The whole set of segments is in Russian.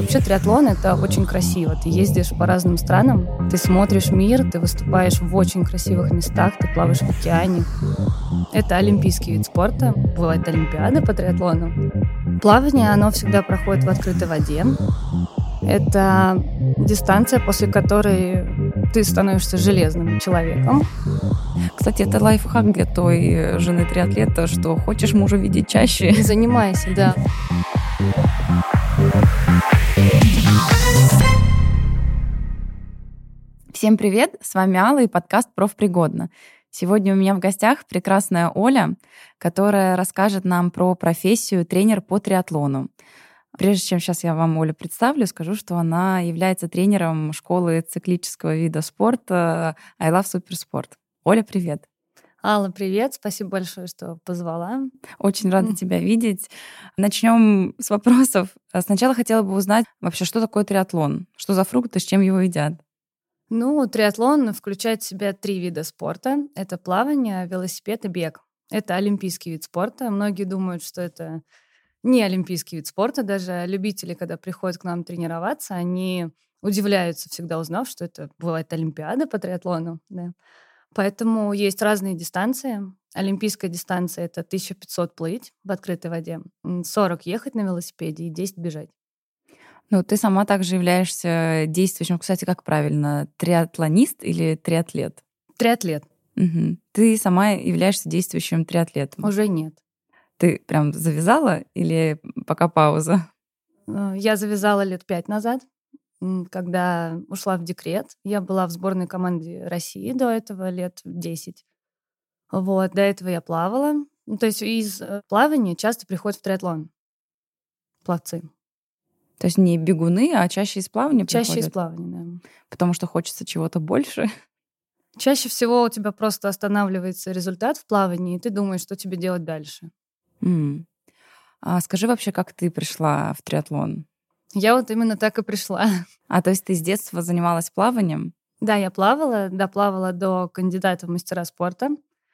Вообще триатлон — это очень красиво. Ты ездишь по разным странам, ты смотришь мир, ты выступаешь в очень красивых местах, ты плаваешь в океане. Это олимпийский вид спорта. Бывает олимпиада по триатлону. Плавание, оно всегда проходит в открытой воде. Это дистанция, после которой ты становишься железным человеком. Кстати, это лайфхак для той жены триатлета, что хочешь мужа видеть чаще. Занимайся, да. Всем привет, с вами Алла и подкаст «Профпригодно». Сегодня у меня в гостях прекрасная Оля, которая расскажет нам про профессию тренер по триатлону. Прежде чем сейчас я вам Олю представлю, скажу, что она является тренером школы циклического вида спорта I Love Суперспорт. Оля, привет. Алла, привет. Спасибо большое, что позвала. Очень рада тебя видеть. Начнем с вопросов. Сначала хотела бы узнать вообще, что такое триатлон? Что за фрукты, с чем его едят? Триатлон включает в себя 3 вида спорта. Это плавание, велосипед и бег. Это олимпийский вид спорта. Многие думают, что это не олимпийский вид спорта. Даже любители, когда приходят к нам тренироваться, они удивляются, всегда узнав, что это бывает олимпиада по триатлону. Да. Поэтому есть разные дистанции. Олимпийская дистанция — это 1500 плыть в открытой воде, 40 ехать на велосипеде и 10 бежать. Ну, ты сама также являешься действующим, кстати, как правильно, триатлонист или триатлет? Триатлет. Угу. Ты сама являешься действующим триатлетом? Уже нет. Ты прям завязала или пока пауза? Я завязала лет 5 назад, когда ушла в декрет. Я была в сборной команде России до этого лет 10. Вот, до этого я плавала. То есть из плавания часто приходят в триатлон пловцы. То есть не бегуны, а чаще из плавания Чаще приходят? из плавания, да. Потому что хочется чего-то больше? Чаще всего у тебя просто останавливается результат в плавании, и ты думаешь, что тебе делать дальше. А скажи вообще, как ты пришла в триатлон? Я вот именно так и пришла. То есть ты с детства занималась плаванием? Да, я плавала, доплавала до кандидата в мастера спорта.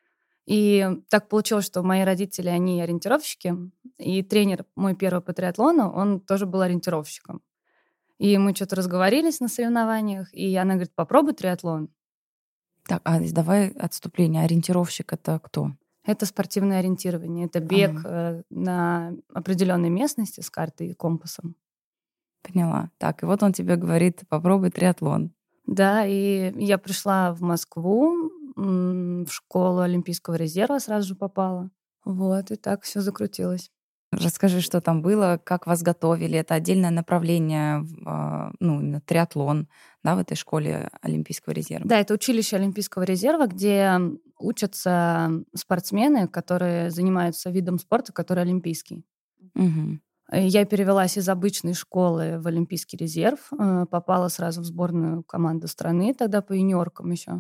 И так получилось, что мои родители, они ориентировщики, и тренер мой первый по триатлону, он тоже был ориентировщиком. И мы что-то разговорились на соревнованиях, и она говорит: попробуй триатлон. Так, давай отступление. Ориентировщик — это кто? Это спортивное ориентирование, это бег на определенной местности с картой и компасом. Поняла. Так, и вот он тебе говорит: попробуй триатлон. Да, и я пришла в Москву, в школу Олимпийского резерва сразу же попала. Вот, и так все закрутилось. Расскажи, что там было, как вас готовили. Это отдельное направление, именно триатлон, да, в этой школе Олимпийского резерва? Да, это училище Олимпийского резерва, где учатся спортсмены, которые занимаются видом спорта, который олимпийский. Угу. Я перевелась из обычной школы в Олимпийский резерв, попала сразу в сборную команду страны, тогда по юниоркам еще.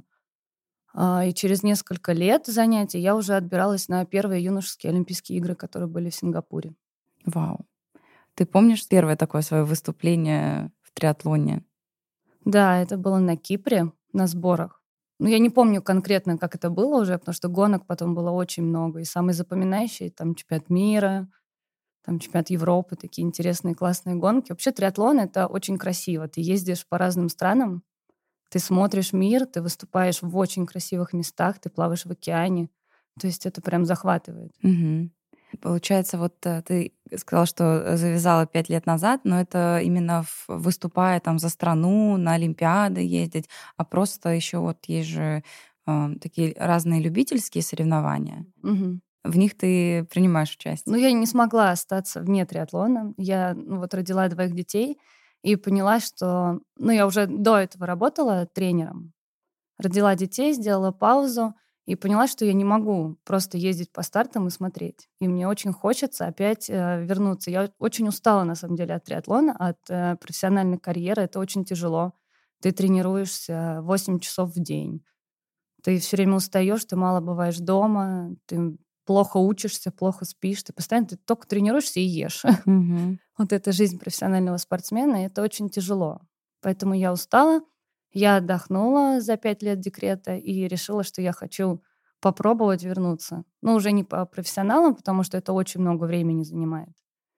И через несколько лет занятий я уже отбиралась на первые юношеские Олимпийские игры, которые были в Сингапуре. Вау. Ты помнишь первое такое свое выступление в триатлоне? Да, это было на Кипре, на сборах. Я не помню конкретно, как это было уже, потому что гонок потом было очень много. И самый запоминающий там чемпионат мира, там чемпионат Европы, такие интересные, классные гонки. Вообще триатлон — это очень красиво. Ты ездишь по разным странам, ты смотришь мир, ты выступаешь в очень красивых местах, ты плаваешь в океане. То есть это прям захватывает. Угу. Получается, вот ты сказала, что завязала 5 лет назад, но это именно выступая там за страну, на Олимпиады ездить, а просто еще вот есть же такие разные любительские соревнования. Мгм. В них ты принимаешь участие. Я не смогла остаться вне триатлона. Я родила 2 детей и поняла, что я уже до этого работала тренером. Родила детей, сделала паузу и поняла, что я не могу просто ездить по стартам и смотреть. И мне очень хочется опять вернуться. Я очень устала, на самом деле, от триатлона, от профессиональной карьеры. Это очень тяжело. Ты тренируешься 8 часов в день. Ты все время устаешь, ты мало бываешь дома, ты плохо учишься, плохо спишь, ты только тренируешься и ешь. Мгм. Вот это жизнь профессионального спортсмена, и это очень тяжело. Поэтому я устала, я отдохнула за 5 лет декрета и решила, что я хочу попробовать вернуться. Уже не по профессионалам, потому что это очень много времени занимает.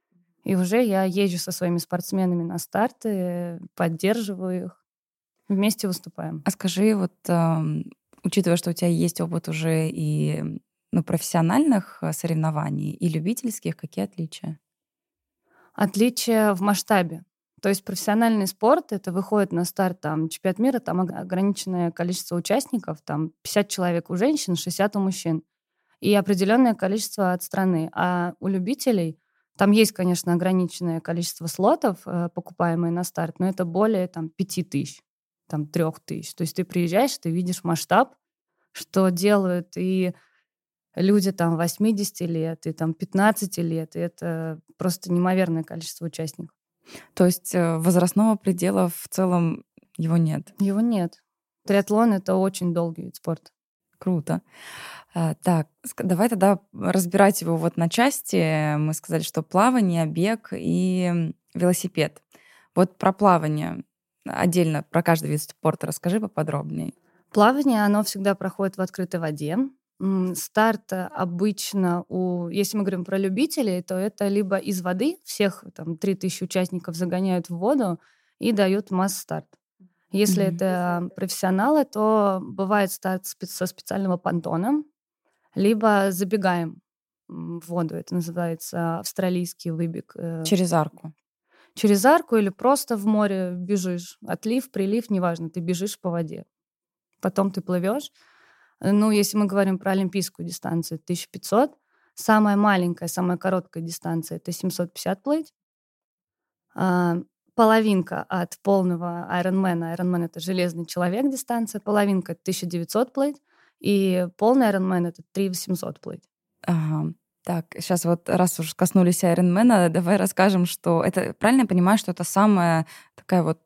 И уже я езжу со своими спортсменами на старты, поддерживаю их, вместе выступаем. А скажи, вот учитывая, что у тебя есть опыт уже и профессиональных соревнований, и любительских, какие отличия? Отличие в масштабе. То есть профессиональный спорт — это выходит на старт там чемпионат мира, там ограниченное количество участников, там 50 человек у женщин, 60 у мужчин. И определенное количество от страны. А у любителей там есть, конечно, ограниченное количество слотов, покупаемые на старт, но это более там 5000, там 3000. То есть ты приезжаешь, ты видишь масштаб, что делают и люди там 80 лет, и там 15 лет, и это просто неимоверное количество участников. То есть возрастного предела в целом его нет? Его нет. Триатлон — это очень долгий вид спорта. Круто. Так, давай тогда разбирать его вот на части. Мы сказали, что плавание, бег и велосипед. Вот про плавание отдельно, про каждый вид спорта расскажи поподробнее. Плавание, оно всегда проходит в открытой воде. Старт обычно если мы говорим про любителей, то это либо из воды, всех там 3000 участников загоняют в воду и дают масс-старт. Если это профессионалы, то бывает старт со специального понтона, либо забегаем в воду. Это называется австралийский выбег. Через арку. Через арку или просто в море бежишь. Отлив, прилив, неважно, ты бежишь по воде. Потом ты плывешь. Ну, если мы говорим про олимпийскую дистанцию, 1500. Самая маленькая, самая короткая дистанция — это 750 плыть. Половинка от полного Ironman. Ironman — это железный человек дистанция. Половинка — это 1900 плыть. И полный Ironman — это 3800 плыть. Ага. Так, сейчас вот раз уж коснулись Ironman, давай расскажем, что это, правильно я понимаю, что это самая такая вот,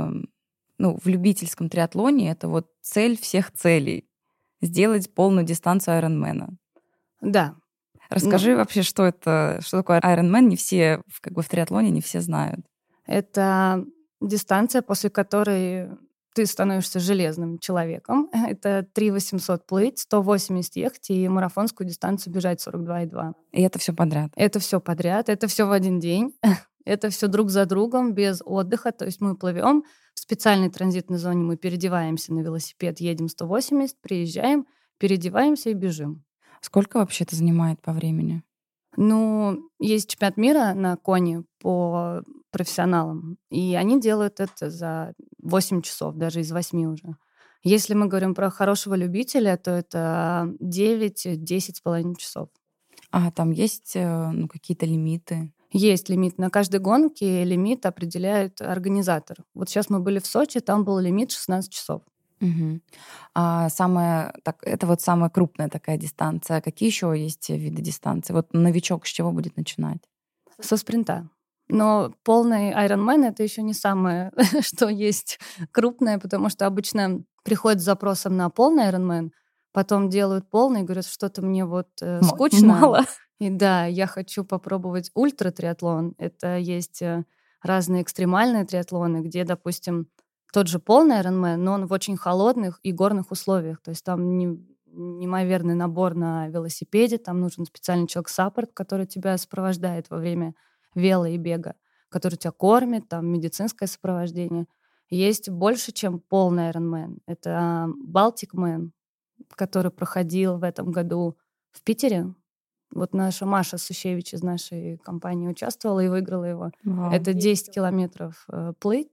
в любительском триатлоне это вот цель всех целей — сделать полную дистанцию Ironman. Да. Расскажи вообще, что такое Ironman, не все, в триатлоне не все знают. Это дистанция, после которой ты становишься железным человеком. Это 3800 плыть, 180 ехать и марафонскую дистанцию бежать 42,2. И это все подряд? Это все подряд, это все в один день. Это все друг за другом, без отдыха. То есть мы плывем в специальной транзитной зоне, мы переодеваемся на велосипед, едем 180, приезжаем, переодеваемся и бежим. Сколько вообще это занимает по времени? Ну, есть чемпионат мира на коне по профессионалам, и они делают это за 8 часов, даже из 8 уже. Если мы говорим про хорошего любителя, то это 9-10,5 часов. А там есть какие-то лимиты? Есть лимит. На каждой гонке лимит определяет организатор. Вот сейчас мы были в Сочи, там был лимит 16 часов. Угу. Это вот самая крупная такая дистанция. Какие еще есть виды дистанции? Вот новичок с чего будет начинать? Со спринта. Но полный Ironman — это еще не самое, что есть крупное, потому что обычно приходят с запросом на полный Ironman, потом делают полный и говорят, что-то мне вот скучно. Мало. И да, я хочу попробовать ультратриатлон. Это есть разные экстремальные триатлоны, где, допустим, тот же полный Ironman, но он в очень холодных и горных условиях. То есть там неимоверный набор на велосипеде, там нужен специальный человек-саппорт, который тебя сопровождает во время вело и бега, который тебя кормит, там медицинское сопровождение. Есть больше, чем полный Ironman. Это Baltic Man, который проходил в этом году в Питере. Вот наша Маша Сущевич из нашей компании участвовала и выиграла его. Вау. Это 10 километров плыть,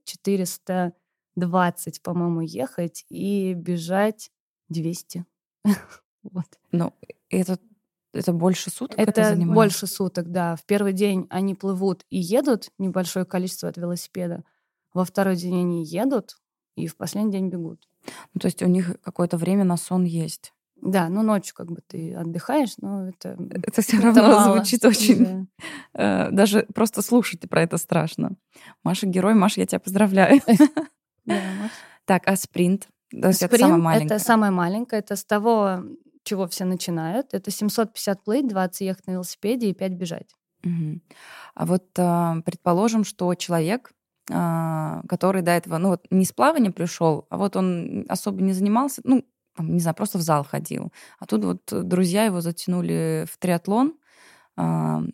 420, по-моему, ехать и бежать 200. Вот. Ну, это больше суток Это занимает? больше суток, да. В первый день они плывут и едут, небольшое количество от велосипеда. Во второй день они едут и в последний день бегут. Ну, то есть у них какое-то время на сон есть? Да, ну ночью как бы ты отдыхаешь, но это все равно мало. звучит очень... Даже просто слушать про это страшно. Маша герой. Маша, я тебя поздравляю. Да, Маш. Так, а спринт? То есть это самое Спринт — маленькое? это самое маленькое. Это с того, чего все начинают. Это 750 плыть, 20 ехать на велосипеде и 5 бежать. Мгм. А вот предположим, что человек, который до этого, не с плавания пришел, а вот он особо не занимался, не знаю, просто в зал ходил. А тут вот друзья его затянули в триатлон.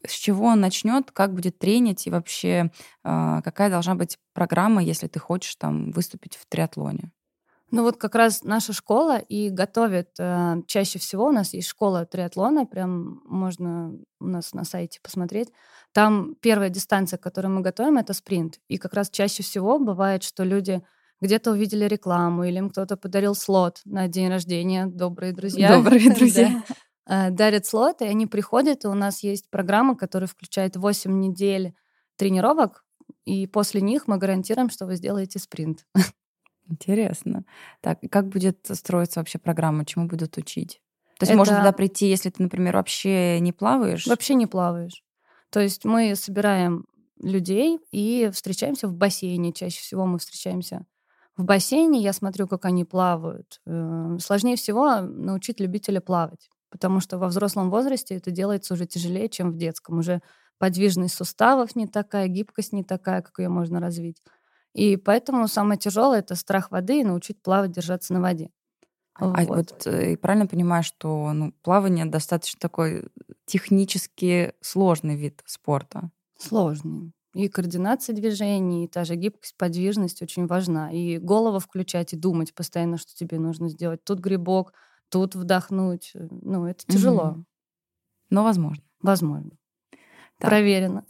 С чего он начнет, как будет тренить и вообще какая должна быть программа, если ты хочешь там выступить в триатлоне? Ну вот как раз наша школа и готовит, чаще всего у нас есть школа триатлона, прям можно у нас на сайте посмотреть. Там первая дистанция, которую мы готовим, это спринт. И как раз чаще всего бывает, что люди где-то увидели рекламу или им кто-то подарил слот на день рождения, добрые друзья, Добрые да, друзья. дарят слот, и они приходят, и у нас есть программа, которая включает 8 недель тренировок, и после них мы гарантируем, что вы сделаете спринт. Интересно. Так, и как будет строиться вообще программа? Чему будут учить? То есть можно туда Это прийти, если ты, например, вообще не плаваешь? вообще не плаваешь. То есть мы собираем людей и встречаемся в бассейне. Чаще всего мы встречаемся в бассейне. Я смотрю, как они плавают. Сложнее всего научить любителя плавать, потому что во взрослом возрасте это делается уже тяжелее, чем в детском. Уже подвижность суставов не такая, гибкость не такая, как ее можно развить. И поэтому самое тяжелое — это страх воды и научить плавать, держаться на воде. А Вот. вот и правильно понимаю, что плавание достаточно такой технически сложный вид спорта? Сложный. И координация движений, и та же гибкость, подвижность очень важна. И голову включать, и думать постоянно, что тебе нужно сделать. Тут грибок, тут вдохнуть. Ну, это тяжело. Мгм. Но возможно. Возможно. Так. Проверено.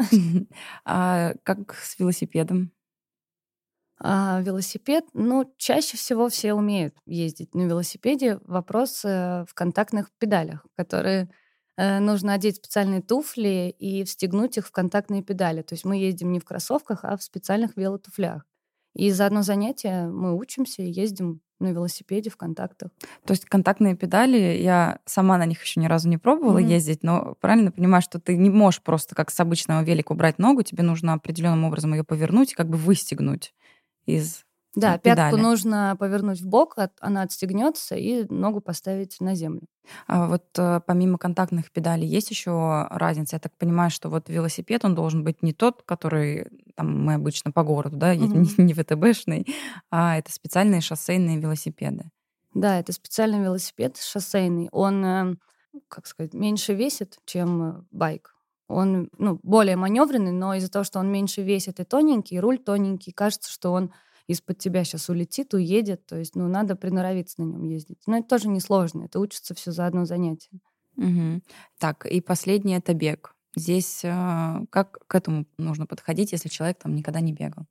А как с велосипедом? А велосипед, ну, чаще всего все умеют ездить на велосипеде. Вопрос в контактных педалях, которые нужно одеть специальные туфли и встегнуть их в контактные педали. То есть мы ездим не в кроссовках, а в специальных велотуфлях. И за одно занятие мы учимся и ездим на велосипеде в контактах. То есть контактные педали, я сама на них еще ни разу не пробовала Мгм. ездить, но правильно понимаю, что ты не можешь просто как с обычного велика убрать ногу, тебе нужно определенным образом ее повернуть и как бы выстегнуть из Да, пятку педали. нужно повернуть в бок, она отстегнется, и ногу поставить на землю. А вот помимо контактных педалей есть еще разница? Я так понимаю, что вот велосипед, он должен быть не тот, который там мы обычно по городу, да, едем, Мгм. не ВТБшный, а это специальные шоссейные велосипеды. Да, это специальный велосипед шоссейный. Он, как сказать, меньше весит, чем байк. Он, ну, более маневренный, но из-за того, что он меньше весит и тоненький, и руль тоненький, кажется, что он из-под тебя сейчас улетит, уедет. То есть, ну, надо приноровиться на нем ездить. Но это тоже несложно. Это учится все за одно занятие. Мгм. Так, и последний это бег. Здесь как к этому нужно подходить, если человек там никогда не бегал?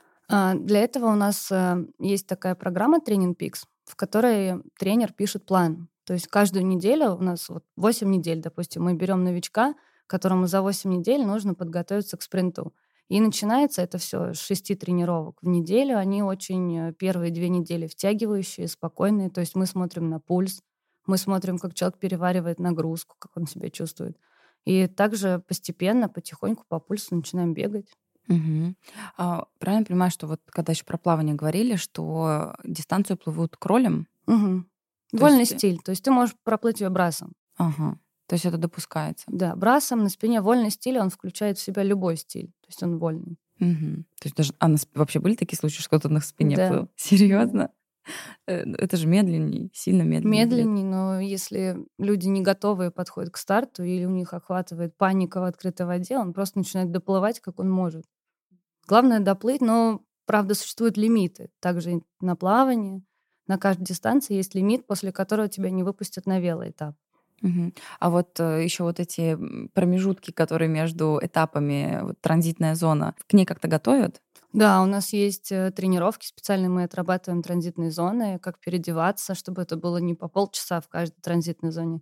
Для этого у нас есть такая программа Training Peaks, в которой тренер пишет план. То есть каждую неделю у нас вот 8 недель, допустим, мы берем новичка, которому за 8 недель нужно подготовиться к спринту. И начинается это все с 6 тренировок в неделю. Они очень первые 2 недели втягивающие, спокойные. То есть мы смотрим на пульс, мы смотрим, как человек переваривает нагрузку, как он себя чувствует. И также постепенно, потихоньку по пульсу начинаем бегать. Мгм. Правильно понимаю, что вот когда еще про плавание говорили, что дистанцию плывут кролем? Мгм. То Вольный есть, стиль. То есть ты можешь проплыть ее брасом. ага, то есть это допускается. Да, брасом на спине вольный стиль, он включает в себя любой стиль. То есть он вольный. Мгм. То есть даже вообще были такие случаи, что кто-то на спине Да, плыл? да. Серьезно? Это же медленней, сильно медленнее будет. Медленней, но если люди не готовые подходят к старту или у них охватывает паника в открытой воде, он просто начинает доплывать, как он может. Главное доплыть, но, правда, существуют лимиты. Также и на плавании. На каждой дистанции есть лимит, после которого тебя не выпустят на велоэтап. Мгм. А вот еще вот эти промежутки, которые между этапами, вот транзитная зона, к ней как-то готовят? Да, у нас есть тренировки специальные, мы отрабатываем транзитные зоны, как переодеваться, чтобы это было не по полчаса в каждой транзитной зоне,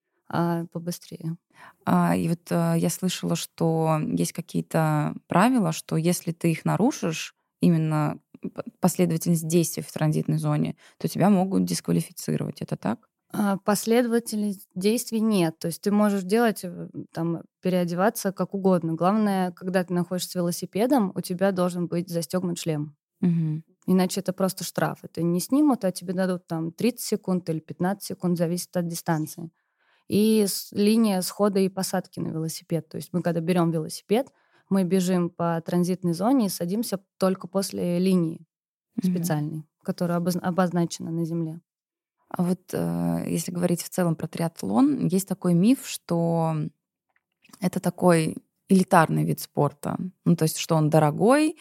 а побыстрее. И вот я слышала, что есть какие-то правила, что если ты их нарушишь, именно последовательность действий в транзитной зоне, то тебя могут дисквалифицировать. Это так? Последовательность действий нет. То есть ты можешь делать, там, переодеваться как угодно. Главное, когда ты находишься с велосипедом, у тебя должен быть застегнут шлем. Мгм. Иначе это просто штраф. Это не снимут, а тебе дадут там 30 секунд или 15 секунд, зависит от дистанции. И линия схода и посадки на велосипед. То есть мы, когда берем велосипед, мы бежим по транзитной зоне и садимся только после линии Мгм. специальной, которая обозначена на земле. А вот если говорить в целом про триатлон, есть такой миф, что это такой элитарный вид спорта. Ну, то есть, что он дорогой,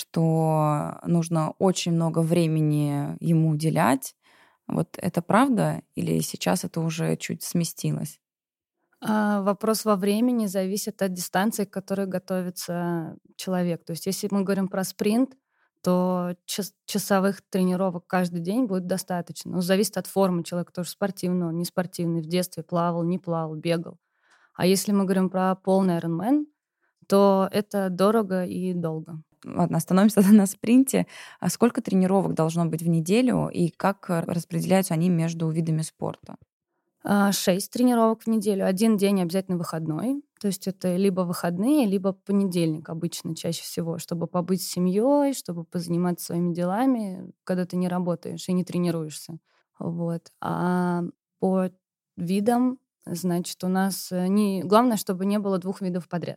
что нужно очень много времени ему уделять. Вот это правда или сейчас это уже чуть сместилось? Вопрос во времени зависит от дистанции, к которой готовится человек. То есть если мы говорим про спринт, то часовых тренировок каждый день будет достаточно. Но зависит от формы человека, тоже спортивный он, не спортивный, в детстве плавал, не плавал, бегал. А если мы говорим про полный Ironman, то это дорого и долго. Ладно, остановимся тогда на спринте. А сколько тренировок должно быть в неделю и как распределяются они между видами спорта? 6 тренировок в неделю. Один день обязательно выходной. То есть это либо выходные, либо понедельник обычно, чаще всего, чтобы побыть с семьей, чтобы позаниматься своими делами, когда ты не работаешь и не тренируешься. Вот. А по видам, значит, у нас не... Главное, чтобы не было 2 видов подряд.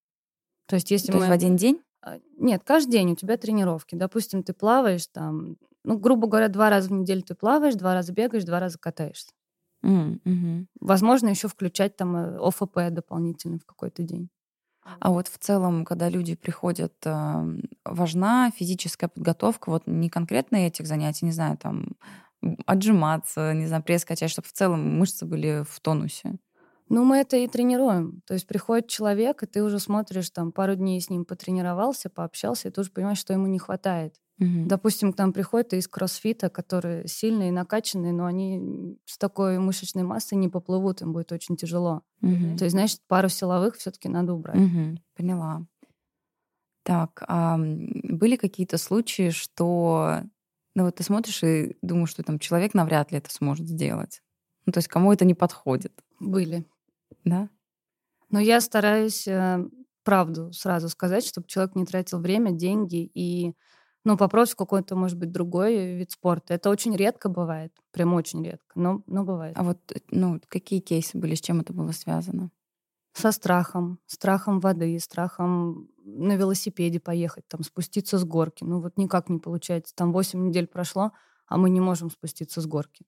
То есть если То есть в мы... один день? Нет, каждый день у тебя тренировки. Допустим, ты плаваешь там, ну, грубо говоря, 2 раза в неделю ты плаваешь, 2 раза бегаешь, 2 раза катаешься. Мгм. Возможно, еще включать там ОФП дополнительно в какой-то день. А вот в целом, когда люди приходят, важна физическая подготовка, вот не конкретно этих занятий, не знаю, там отжиматься, не знаю, пресс качать, чтобы в целом мышцы были в тонусе. Ну, мы это и тренируем. То есть приходит человек, и ты уже смотришь, там, пару дней с ним потренировался, пообщался, и ты уже понимаешь, что ему не хватает. Мгм. Допустим, к нам приходят из кроссфита, которые сильные, накачанные, но они с такой мышечной массой не поплывут, им будет очень тяжело. Мгм. То есть, значит, пару силовых все-таки надо убрать. Мгм. Поняла. Так, были какие-то случаи, что, ну вот ты смотришь и думаешь, что там человек навряд ли это сможет сделать. Ну, то есть кому это не подходит, Были. да? Но я стараюсь правду сразу сказать, чтобы человек не тратил время, деньги и ну, попробовать какой-то, может быть, другой вид спорта. Это очень редко бывает, прям очень редко, но бывает. А вот, ну, какие кейсы были, с чем это было связано? Со страхом, страхом воды, страхом на велосипеде поехать, там, спуститься с горки. Ну, вот никак не получается. Там 8 недель прошло, а мы не можем спуститься с горки.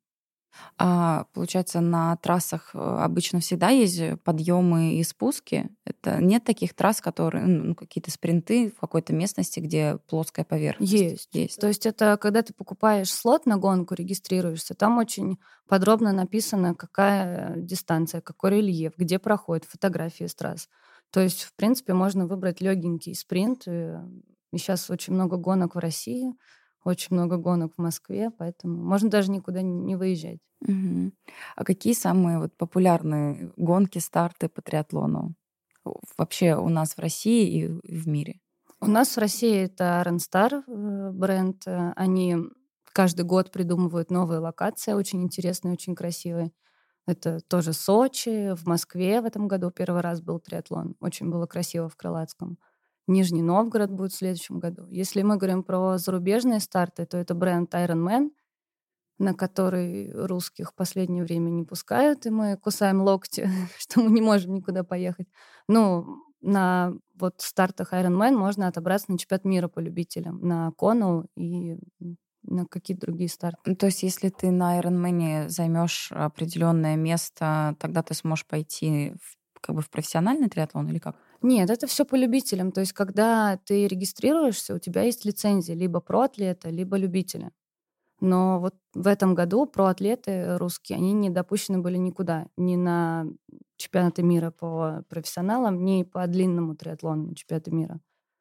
А получается, на трассах обычно всегда есть подъемы и спуски. Это нет таких трасс, которые, ну, какие-то спринты в какой-то местности, где плоская поверхность. Есть. Есть. То есть это когда ты покупаешь слот на гонку, регистрируешься, там очень подробно написано, какая дистанция, какой рельеф, где проходит, фотографии с трасс. То есть, в принципе, можно выбрать легенький спринт. И сейчас очень много гонок в России, очень много гонок в Москве, поэтому можно даже никуда не выезжать. Мгм. А какие самые вот популярные гонки, старты по триатлону вообще у нас в России и в мире? У нас в России это Renstar бренд. Они каждый год придумывают новые локации, очень интересные, очень красивые. Это тоже Сочи, в Москве в этом году первый раз был триатлон. Очень было красиво в Крылатском. Нижний Новгород будет в следующем году. Если мы говорим про зарубежные старты, то это бренд Ironman, на который русских в последнее время не пускают, и мы кусаем локти, что мы не можем никуда поехать. Ну, на вот стартах Ironman можно отобраться на чемпионат мира по любителям, на Кону и на какие-то другие старты. Ну, то есть, если ты на Ironman займешь определенное место, тогда ты сможешь пойти как бы в профессиональный триатлон или как? Нет, это все по любителям. То есть, когда ты регистрируешься, у тебя есть лицензия либо проатлета, либо любителя. Но вот в этом году проатлеты русские, они не допущены были никуда. Ни на чемпионаты мира по профессионалам, ни по длинному триатлону на чемпионаты мира.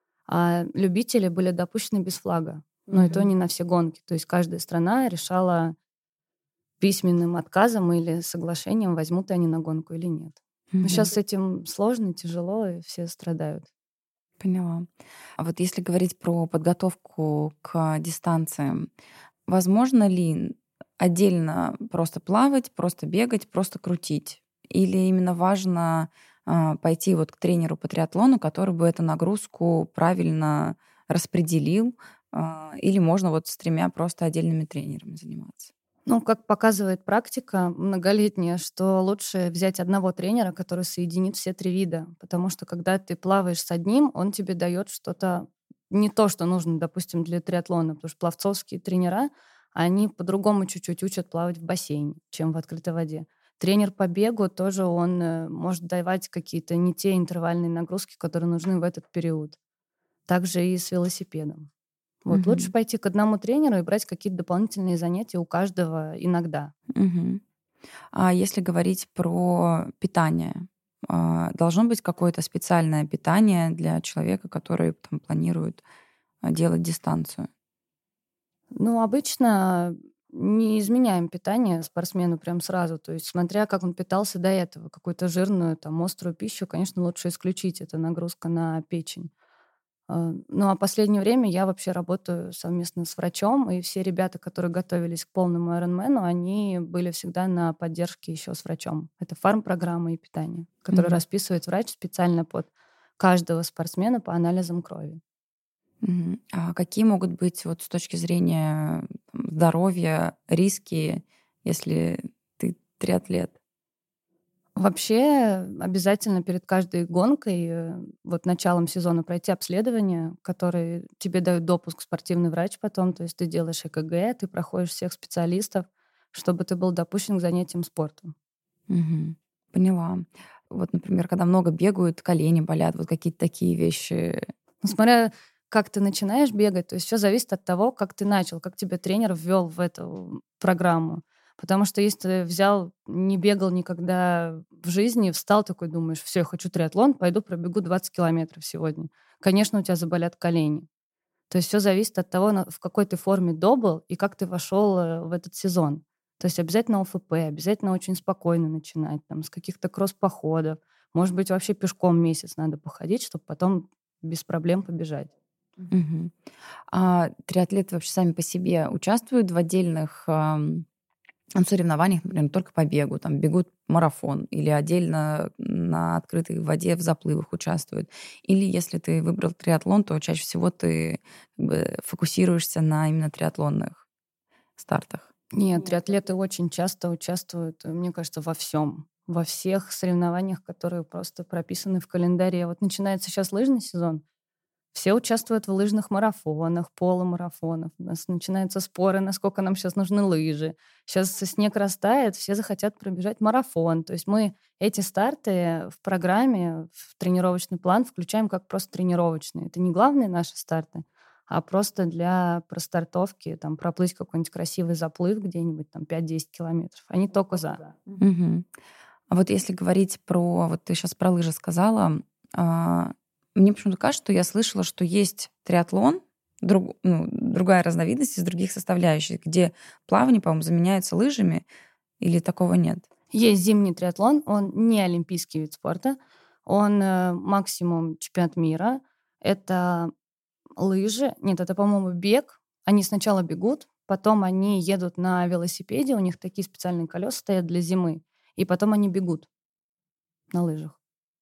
А любители были допущены без флага. Но и то Мгм. не на все гонки. То есть каждая страна решала письменным отказом или соглашением, возьмут они на гонку или нет. Но Мгм. сейчас с этим сложно, тяжело, и все страдают. Поняла. А вот если говорить про подготовку к дистанциям, возможно ли отдельно просто плавать, просто бегать, просто крутить? Или именно важно пойти вот к тренеру по триатлону, который бы эту нагрузку правильно распределил, или можно вот с тремя просто отдельными тренерами заниматься? Ну, как показывает практика многолетняя, что лучше взять одного тренера, который соединит все 3 вида. Потому что когда ты плаваешь с одним, он тебе дает что-то не то, что нужно, допустим, для триатлона. Потому что пловцовские тренера, они по-другому чуть-чуть учат плавать в бассейне, чем в открытой воде. Тренер по бегу тоже, он может давать какие-то не те интервальные нагрузки, которые нужны в этот период. Также и с велосипедом. Вот лучше Мгм. пойти к одному тренеру и брать какие-то дополнительные занятия у каждого иногда. Мгм. А если говорить про питание, должно быть какое-то специальное питание для человека, который там планирует делать дистанцию? Ну, обычно не изменяем питание спортсмену прям сразу. То есть смотря как он питался до этого. Какую-то жирную, там, острую пищу, конечно, лучше исключить. Это нагрузка на печень. Ну, а последнее время я вообще работаю совместно с врачом, и все ребята, которые готовились к полному Ironman, они были всегда на поддержке еще с врачом. Это фармпрограмма и питание, которую Мгм. расписывает врач специально под каждого спортсмена по анализам крови. Мгм. А какие могут быть вот с точки зрения здоровья риски, если ты триатлет? Вообще обязательно перед каждой гонкой, вот началом сезона пройти обследование, которые тебе дают допуск спортивный врач потом. То есть ты делаешь ЭКГ, ты проходишь всех специалистов, чтобы ты был допущен к занятиям спортом. Мгм. Поняла. Вот, например, когда много бегают, колени болят, вот какие-то такие вещи. Ну, смотря как ты начинаешь бегать, то есть все зависит от того, как ты начал, как тебя тренер ввел в эту программу. Потому что если ты взял, не бегал никогда в жизни, встал такой, думаешь, все, я хочу триатлон, пойду пробегу 20 километров сегодня. Конечно, у тебя заболят колени. То есть все зависит от того, в какой ты форме добыл и как ты вошел в этот сезон. То есть обязательно ОФП, обязательно очень спокойно начинать, там, с каких-то кросс-походов. Может быть, вообще пешком месяц надо походить, чтобы потом без проблем побежать. Мгм. А триатлеты вообще сами по себе участвуют в отдельных соревнованиях, например, только по бегу, там бегут марафон или отдельно на открытой воде в заплывах участвуют. Или если ты выбрал триатлон, то чаще всего ты как бы фокусируешься на именно триатлонных стартах. Нет, триатлеты очень часто участвуют, мне кажется, во всем. Во всех соревнованиях, которые просто прописаны в календаре. Вот начинается сейчас лыжный сезон. Все участвуют в лыжных марафонах, полумарафонах. У нас начинаются споры, насколько нам сейчас нужны лыжи. Сейчас снег растает, все захотят пробежать марафон. То есть мы эти старты в программе, в тренировочный план включаем как просто тренировочные. Это не главные наши старты, а просто для простартовки, там, проплыть какой-нибудь красивый заплыв где-нибудь, там, 5-10 километров. Они только за. Мгм. А вот если говорить про, вот ты сейчас про лыжи сказала, а, мне почему-то кажется, что я слышала, что есть триатлон, другая разновидность из других составляющих, где плавание, по-моему, заменяется лыжами, или такого нет? Есть зимний триатлон, он не олимпийский вид спорта, он максимум чемпионат мира. Это лыжи, нет, это, по-моему, бег. Они сначала бегут, потом они едут на велосипеде, у них такие специальные колеса стоят для зимы, и потом они бегут на лыжах.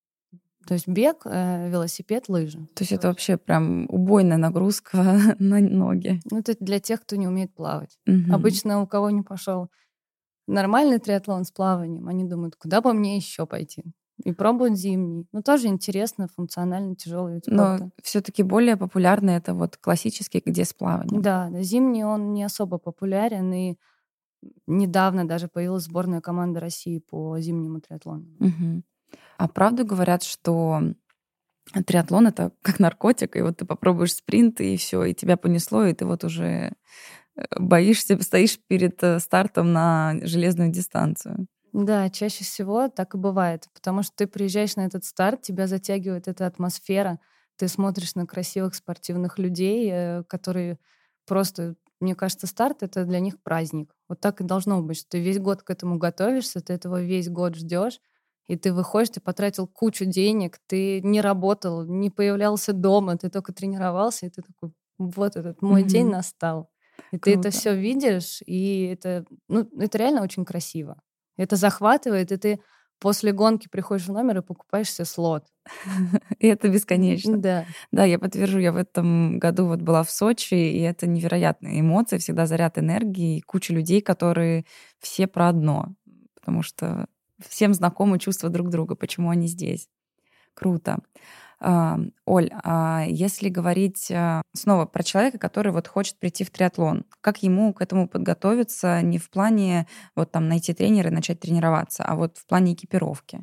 То есть бег, велосипед, лыжи. То есть это вообще прям убойная нагрузка на ноги. Ну, это для тех, кто не умеет плавать. Мгм. Обычно у кого не пошел нормальный триатлон с плаванием, они думают, куда бы мне еще пойти? И пробуют зимний. Ну, тоже интересно, функционально тяжелый вид Но спорта. все-таки более популярный это вот классический, где с плаванием. Да, зимний он не особо популярен, и недавно даже появилась сборная команда России по зимнему триатлону. Мгм. А правду говорят, что триатлон это как наркотик, и вот ты попробуешь спринт, и все, и тебя понесло, и ты вот уже боишься, стоишь перед стартом на железную дистанцию. Да, чаще всего так и бывает, потому что ты приезжаешь на этот старт, тебя затягивает эта атмосфера, ты смотришь на красивых спортивных людей, которые просто, мне кажется, старт — это для них праздник. Вот так и должно быть, что ты весь год к этому готовишься, ты этого весь год ждешь, и ты выходишь, ты потратил кучу денег, ты не работал, не появлялся дома, ты только тренировался, и ты такой, вот этот мой день Мгм. настал. И ты это Круто. все видишь, и это, ну, это реально очень красиво. Это захватывает, и ты после гонки приходишь в номер и покупаешь себе слот. И это бесконечно. Да. Да, я подтвержу, я в этом году вот была в Сочи, и это невероятные эмоции, всегда заряд энергии, и куча людей, которые все про одно, потому что всем знакомы чувства друг друга, почему они здесь. Круто. Оль, а если говорить снова про человека, который вот хочет прийти в триатлон, как ему к этому подготовиться не в плане вот там найти тренера и начать тренироваться, а вот в плане экипировки?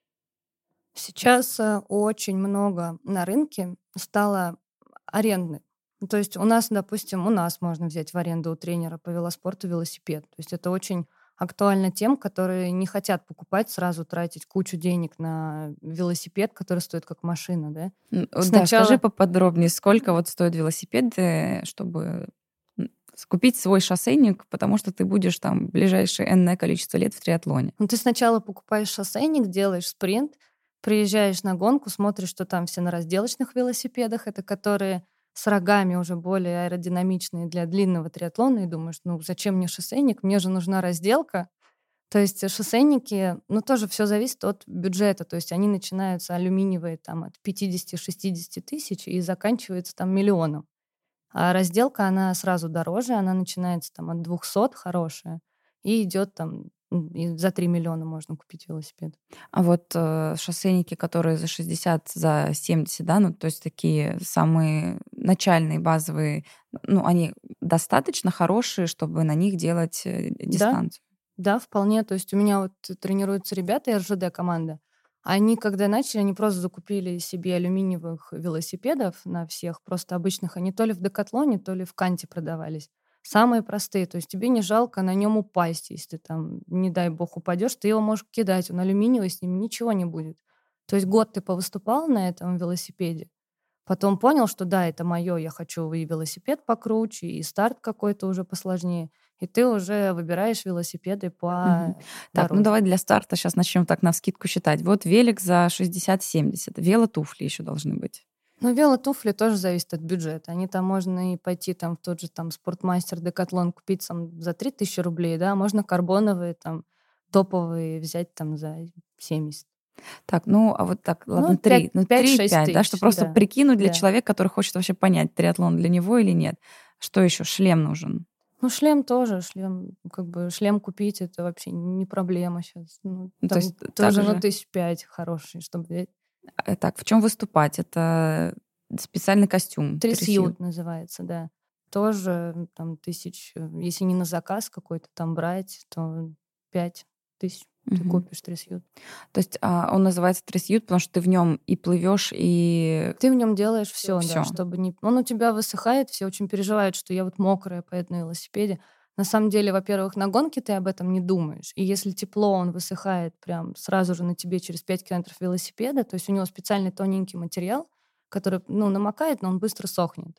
Сейчас очень много на рынке стало аренды. Ну, то есть у нас, допустим, у нас можно взять в аренду у тренера по велоспорту велосипед. То есть это очень актуально тем, которые не хотят покупать, сразу тратить кучу денег на велосипед, который стоит как машина, да. Да, скажи Сначала поподробнее, сколько вот стоят велосипеды, чтобы купить свой шоссейник, потому что ты будешь там ближайшее энное количество лет в триатлоне. ну, ты сначала покупаешь шоссейник, делаешь спринт, приезжаешь на гонку, смотришь, что там все на разделочных велосипедах, это которые с рогами уже более аэродинамичные для длинного триатлона, и думаешь, ну зачем мне шоссейник, мне же нужна разделка. То есть шоссейники, ну тоже все зависит от бюджета, то есть они начинаются алюминиевые там от 50-60 тысяч и заканчиваются там миллионом. А разделка, она сразу дороже, она начинается там от 200, хорошая, и идет там и за 3 миллиона можно купить велосипед. А вот шоссейники, которые за 60, за 70, да, ну то есть такие самые начальные, базовые, ну они достаточно хорошие, чтобы на них делать Да, дистанцию? да, вполне. То есть у меня вот тренируются ребята, РЖД команда. Они, когда начали, они просто закупили себе алюминиевых велосипедов на всех, просто обычных. Они то ли в Декатлоне, то ли в Канте продавались. Самые простые. То есть тебе не жалко на нем упасть, если там, не дай бог, упадешь, ты его можешь кидать. Он алюминиевый, с ним ничего не будет. То есть год ты повыступал на этом велосипеде, потом понял, что да, это мое, я хочу и велосипед покруче, и старт какой-то уже посложнее. И ты уже выбираешь велосипеды Мгм. Так, ну подороже. давай для старта сейчас начнем так навскидку считать. Вот велик за 60-70, велотуфли еще должны быть. Но велотуфли тоже зависят от бюджета. Они там можно и пойти там в тот же там спортмастер, Декатлон купить там за 3000 рублей, да, можно карбоновые там топовые взять там за 70. Так, ну, а вот так, ладно, Ну, 3, ну, 5-6 3-5, да, чтобы тысяч, просто да, прикинуть для да. человека, который хочет вообще понять, триатлон для него или нет. Что еще? Шлем нужен. Ну, шлем тоже, шлем, как бы шлем купить это вообще не проблема сейчас. Ну, Ну, то там есть тоже, ну, также, 5 000 хороший, чтобы взять. так, в чем выступать? Это специальный костюм, трясью. Трясют называется, да. Тоже там тысяч, если не на заказ какой-то там брать, то 5 000 ты Мгм. купишь трясют. То есть он называется трясьют, потому что ты в нем и плывешь, и Ты в нем делаешь все, да, все. чтобы не... Он у тебя высыхает, все очень переживают, что я вот мокрая поеду на велосипеде. На самом деле, во-первых, на гонке ты об этом не думаешь. И если тепло, он высыхает прям сразу же на тебе через 5 километров велосипеда, то есть у него специальный тоненький материал, который, ну, намокает, но он быстро сохнет.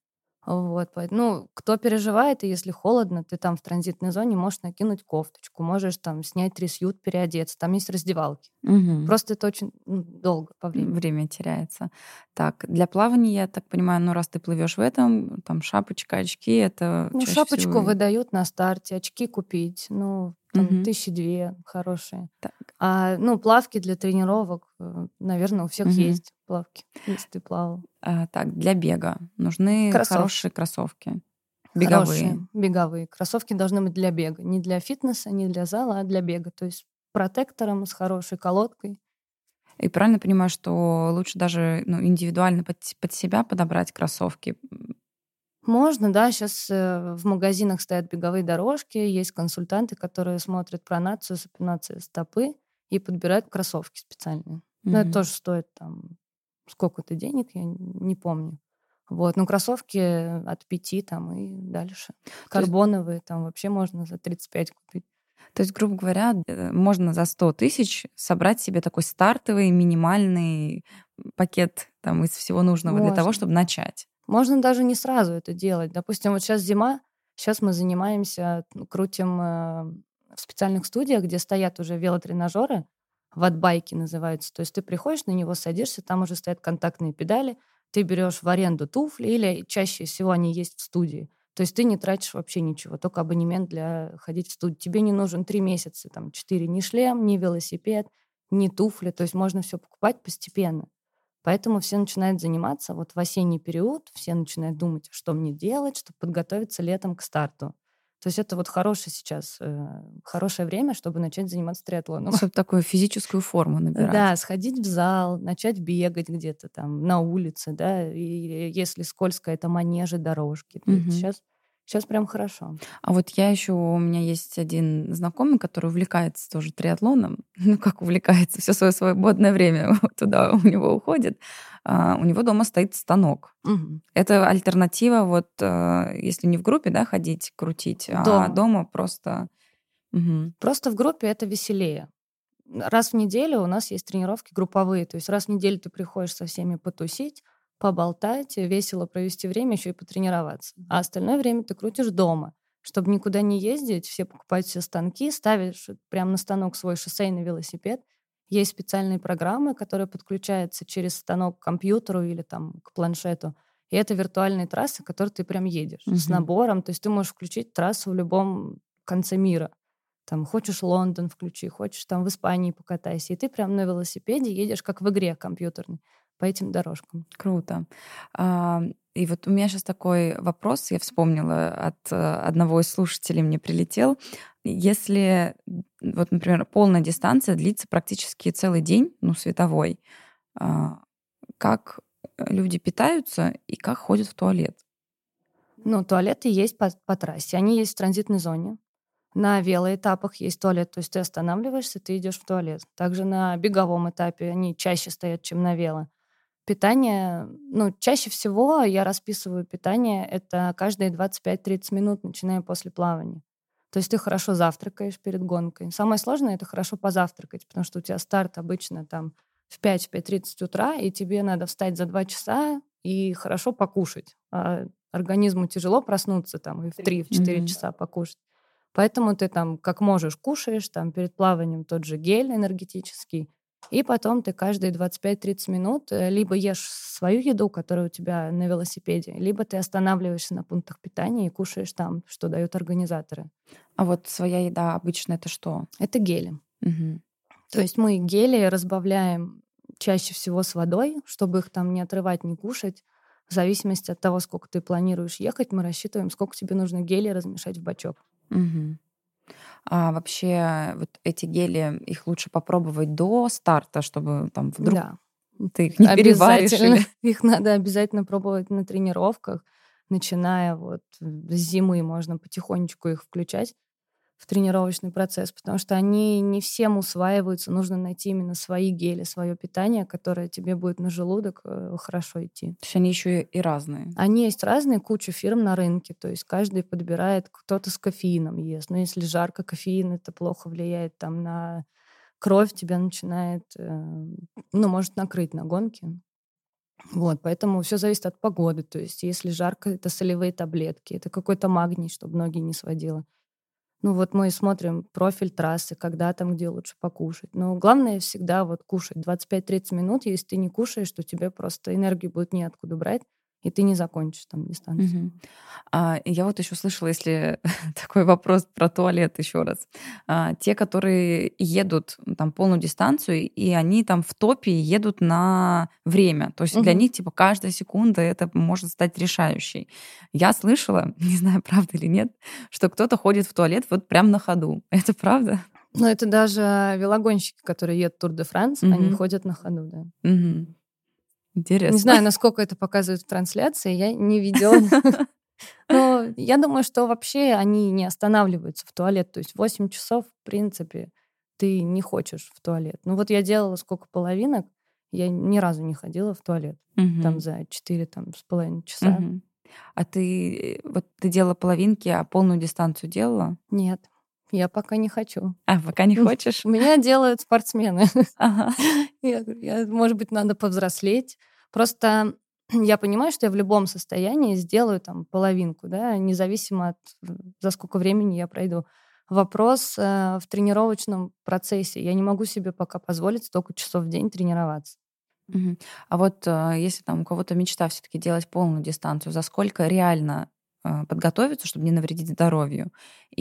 Вот, ну, кто переживает, и если холодно, ты там в транзитной зоне можешь накинуть кофточку, можешь там снять трясют, переодеться, там есть раздевалки. Просто это очень долго по времени. Время теряется. Так, для плавания, я так понимаю, ну, раз ты плывешь в этом, там шапочка, очки, это Ну, чаще шапочку всего. выдают на старте, очки купить, ну, там Мгм. 1002 хорошие. Так. А, ну, плавки для тренировок, наверное, у всех Мгм. есть плавки, если ты плавал. Так, для бега нужны Кроссовки хорошие кроссовки, беговые. хорошие, беговые. Кроссовки должны быть для бега. Не для фитнеса, не для зала, а для бега. То есть с протектором, с хорошей колодкой. И правильно понимаю, что лучше даже, ну, индивидуально под себя подобрать кроссовки? Можно, да, сейчас в магазинах стоят беговые дорожки, есть консультанты, которые смотрят пронацию, супинацию стопы и подбирают кроссовки специальные. Но это Мгм. тоже стоит там сколько-то денег, я не помню. Вот, но кроссовки от 5 там и дальше. То есть Карбоновые там вообще можно за 35 купить. то есть, грубо говоря, можно за 100 000 собрать себе такой стартовый минимальный пакет там из всего нужного для того, Можно. чтобы начать. Можно даже не сразу это делать. Допустим, вот сейчас зима, сейчас мы занимаемся, ну, крутим в специальных студиях, где стоят уже велотренажеры, ватбайки называются. То есть ты приходишь на него, садишься, там уже стоят контактные педали, ты берешь в аренду туфли, или чаще всего они есть в студии. То есть ты не тратишь вообще ничего, только абонемент для ходить в студию. Тебе не нужен 3 месяца, там, 4, ни шлем, ни велосипед, ни туфли. То есть можно все покупать постепенно. Поэтому все начинают заниматься вот в осенний период, все начинают думать, что мне делать, чтобы подготовиться летом к старту. То есть это вот хорошее сейчас, хорошее время, чтобы начать заниматься триатлоном. Чтобы такую физическую форму набирать. Да, сходить в зал, начать бегать где-то там на улице, да, и если скользко, это манежи, дорожки. То есть Мгм. сейчас прям хорошо. А вот у меня есть один знакомый, который увлекается тоже триатлоном. Ну, как увлекается, все свое свободное время туда у него уходит. У него дома стоит станок. Мгм. Это альтернатива, вот если не в группе, да, ходить, крутить, а Дома. дома просто. Мгм. Просто в группе это веселее. Раз в неделю у нас есть тренировки групповые. То есть раз в неделю ты приходишь со всеми потусить, поболтать, весело провести время, еще и потренироваться. А остальное время ты крутишь дома. Чтобы никуда не ездить, все покупают себе станки, ставишь прямо на станок свой шоссейный велосипед. Есть специальные программы, которые подключаются через станок к компьютеру или там к планшету. И это виртуальные трассы, которые ты прям едешь с Мгм. набором. То есть ты можешь включить трассу в любом конце мира. Там хочешь Лондон включи, хочешь там в Испании покатайся. И ты прям на велосипеде едешь, как в игре компьютерной, по этим дорожкам. Круто. А, И вот у меня сейчас такой вопрос, я вспомнила, от одного из слушателей мне прилетел. Если, вот, например, полная дистанция длится практически целый день, ну, световой, а, как люди питаются и как ходят в туалет? Ну, туалеты есть по трассе. Они есть в транзитной зоне. На велоэтапах есть туалет, то есть ты останавливаешься, ты идешь в туалет. Также на беговом этапе они чаще стоят, чем на вело. Питание, ну, чаще всего я расписываю питание, это каждые 25-30 минут, начиная после плавания. То есть ты хорошо завтракаешь перед гонкой. Самое сложное — это хорошо позавтракать, потому что у тебя старт обычно там в 5-5:30 утра, и тебе надо встать за 2 часа и хорошо покушать. А организму тяжело проснуться там и в 3-4 Мгм. часа покушать. Поэтому ты там как можешь кушаешь, там перед плаванием тот же гель энергетический, и потом ты каждые 25-30 минут либо ешь свою еду, которая у тебя на велосипеде, либо ты останавливаешься на пунктах питания и кушаешь там, что дают организаторы. А вот своя еда обычно это что? Это гели. Мгм. То есть мы гели разбавляем чаще всего с водой, чтобы их там не отрывать, не кушать. В зависимости от того, сколько ты планируешь ехать, мы рассчитываем, сколько тебе нужно гелия размешать в бачок. Мгм. А вообще вот эти гели, их лучше попробовать до старта, чтобы там вдруг Да, ты их не переваришь обязательно. или. Их надо обязательно пробовать на тренировках. Начиная вот с зимы можно потихонечку их включать в тренировочный процесс, потому что они не всем усваиваются. Нужно найти именно свои гели, свое питание, которое тебе будет на желудок хорошо идти. То есть они еще и разные. Они есть разные, куча фирм на рынке, то есть каждый подбирает, кто-то с кофеином ест. Но если жарко, кофеин это плохо влияет там на кровь, тебя начинает, ну, может накрыть на гонке. Вот, поэтому все зависит от погоды. То есть если жарко, это солевые таблетки, это какой-то магний, чтобы ноги не сводило. Ну вот мы смотрим профиль трассы, когда там, где лучше покушать. Но главное всегда вот кушать 25-30 минут. Если ты не кушаешь, то тебе просто энергии будет неоткуда брать, и ты не закончишь там дистанцию. Мгм. И я вот еще слышала, если такой вопрос про туалет еще раз. Те, которые едут там полную дистанцию, и они там в топе едут на время. То есть для Мгм. них типа каждая секунда это может стать решающей. Я слышала, не знаю, правда или нет, что кто-то ходит в туалет вот прям на ходу. Это правда? Но это даже велогонщики, которые едут Тур де Франс, они Мгм. ходят на ходу, да. Мгм. Не Интересно. знаю, насколько это показывают в трансляции, я не видела. Но я думаю, что вообще они не останавливаются в туалет. То есть 8 часов, в принципе, ты не хочешь в туалет. Ну вот я делала сколько половинок, я ни разу не ходила в туалет. Там Мгм. за 4 там, с половиной часа. Мгм. А вот ты делала половинки, а полную дистанцию делала? Нет, я пока не хочу. Пока не хочешь? У меня делают спортсмены. Ага. Я говорю, может быть, надо повзрослеть. Просто я понимаю, что я в любом состоянии сделаю там половинку, да, независимо от за сколько времени я пройду. Вопрос в тренировочном процессе. Я не могу себе пока позволить столько часов в день тренироваться. Мгм. А вот, если там у кого-то мечта все таки делать полную дистанцию, за сколько реально, подготовиться, чтобы не навредить здоровью?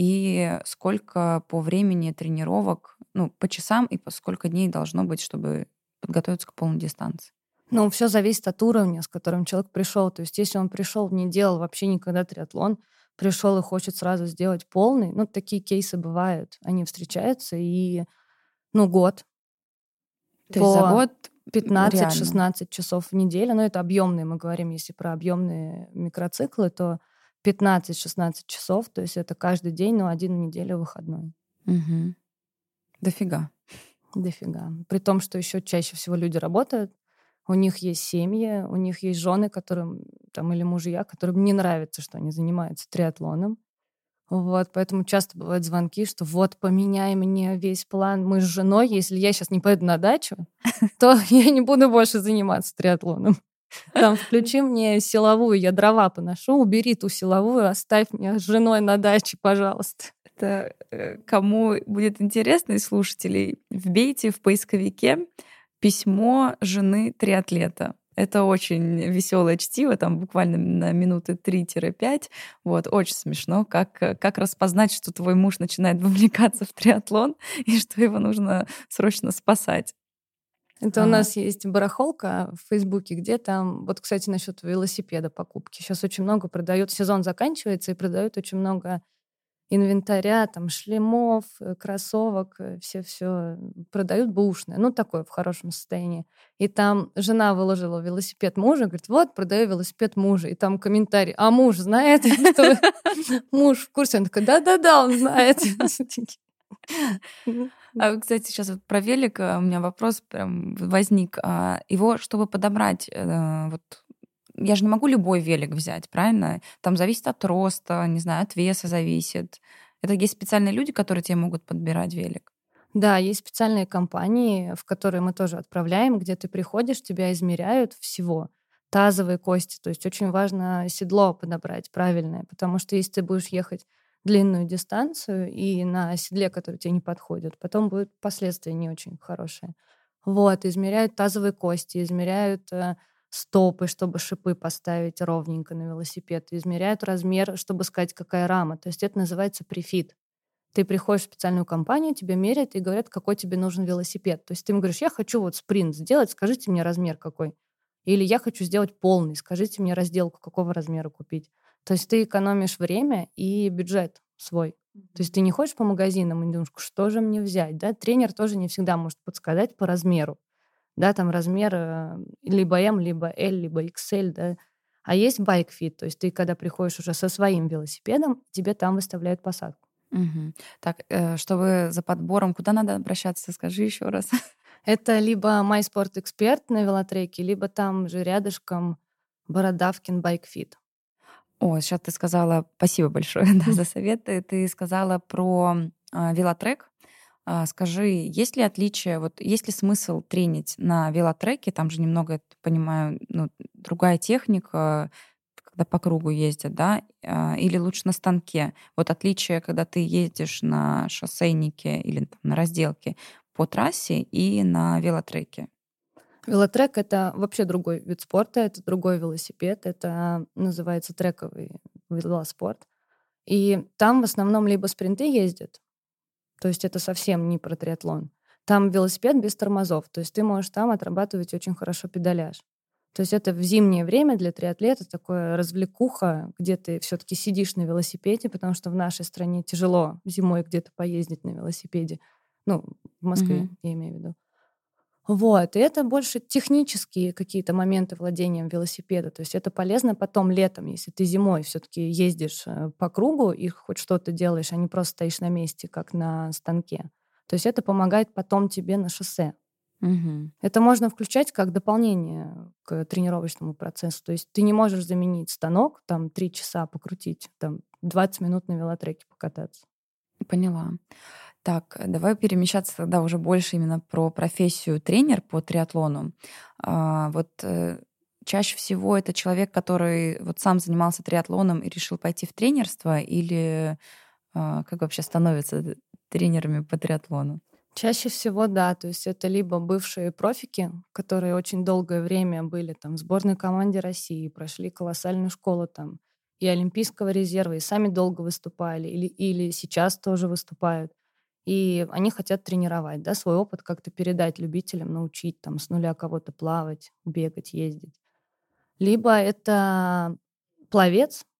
И сколько по времени тренировок, ну, по часам и по сколько дней должно быть, чтобы подготовиться к полной дистанции? Ну, все зависит от уровня, с которым человек пришел. То есть, если он пришел, не делал вообще никогда триатлон, пришел и хочет сразу сделать полный. Ну, такие кейсы бывают. Они встречаются, и, год То есть за по год реально. 15-16 часов в неделю. Ну, это объемные, мы говорим, если про объемные микроциклы, то 15-16 часов, то есть это каждый день, но один в неделю выходной. Мгм. Дофига. Дофига. При том, что еще чаще всего люди работают, у них есть семьи, у них есть жены, которым там, или мужья, которым не нравится, что они занимаются триатлоном. Вот, поэтому часто бывают звонки, что вот поменяй мне весь план. Мы с женой, если я сейчас не поеду на дачу, то я не буду больше заниматься триатлоном. Там включи мне силовую, я дрова поношу, убери ту силовую, оставь меня с женой на даче, пожалуйста. Это кому будет интересно из слушателей, вбейте в поисковике письмо жены триатлета. Это очень веселое чтиво, там буквально на минуты 3-5. Вот, очень смешно, как распознать, что твой муж начинает вовлекаться в триатлон и что его нужно срочно спасать. Это у нас есть барахолка в Фейсбуке, где там, вот, кстати, насчет велосипеда покупки. Сейчас очень много продают, сезон заканчивается, и продают очень много инвентаря, там, шлемов, кроссовок, все продают бэушное, ну, такое в хорошем состоянии. И там жена выложила велосипед мужа, говорит, вот, продаю велосипед мужа. И там комментарий, а муж знает, что муж в курсе? Он такой, да-да-да, он знает. Кстати, сейчас вот про велик у меня вопрос прям возник. Его, чтобы подобрать, вот я же не могу любой велик взять, правильно? Там зависит от роста, не знаю, от веса зависит. Это есть специальные люди, которые тебе могут подбирать велик. Да, есть специальные компании, в которые мы тоже отправляем, где ты приходишь, тебя измеряют всего. Тазовые кости. То есть очень важно седло подобрать правильное, потому что если ты будешь ехать длинную дистанцию и на седле, который тебе не подходит, потом будут последствия не очень хорошие. Вот, измеряют тазовые кости, измеряют стопы, чтобы шипы поставить ровненько на велосипед, измеряют размер, чтобы сказать, какая рама. То есть это называется префит. Ты приходишь в специальную компанию, тебе меряют и говорят, какой тебе нужен велосипед. То есть ты им говоришь, я хочу вот спринт сделать, скажите мне размер какой. Или я хочу сделать полный, скажите мне разделку, какого размера купить. То есть ты экономишь время и бюджет свой. То есть ты не ходишь по магазинам и думаешь, что же мне взять. Да? Тренер тоже не всегда может подсказать по размеру. Да, там размер либо М, либо L, либо XL. Да? А есть байк-фит, то есть ты, когда приходишь уже со своим велосипедом, тебе там выставляют посадку. Мгм. Так, чтобы за подбором, куда надо обращаться, скажи еще раз. Это либо MySportExpert на велотреке, либо там же рядышком Бородавкин Байкфит. О, сейчас ты сказала, спасибо большое да, за советы. Ты сказала про велотрек. Скажи, есть ли отличие, вот есть ли смысл тренить на велотреке? Там же немного, я так понимаю, ну, другая техника, когда по кругу ездят, да? Или лучше на станке? Вот отличие, когда ты едешь на шоссейнике или там, на разделке по трассе и на велотреке. Велотрек — это вообще другой вид спорта, это другой велосипед, это называется трековый велоспорт. И там в основном либо спринты ездят, то есть это совсем не про триатлон. Там велосипед без тормозов, то есть ты можешь там отрабатывать очень хорошо педаляж. То есть это в зимнее время для триатлета такое развлекуха, где ты все-таки сидишь на велосипеде, потому что в нашей стране тяжело зимой где-то поездить на велосипеде. Ну, в Москве, Мгм. я имею в виду. Вот, и это больше технические какие-то моменты владения велосипеда. То есть это полезно потом летом, если ты зимой все-таки ездишь по кругу и хоть что-то делаешь, а не просто стоишь на месте, как на станке. То есть это помогает потом тебе на шоссе. Мгм. Это можно включать как дополнение к тренировочному процессу. То есть ты не можешь заменить станок, там 3 часа покрутить, там 20 минут на велотреке покататься. Поняла. Так, давай перемещаться тогда уже больше именно про профессию тренер по триатлону. Вот чаще всего это человек, который вот сам занимался триатлоном и решил пойти в тренерство, или как вообще становятся тренерами по триатлону? Чаще всего, да, то есть это либо бывшие профики, которые очень долгое время были там в сборной команде России, прошли колоссальную школу там и Олимпийского резерва, и сами долго выступали, или сейчас тоже выступают. И они хотят тренировать, да, свой опыт как-то передать любителям, научить там с нуля кого-то плавать, бегать, ездить. Либо это пловец,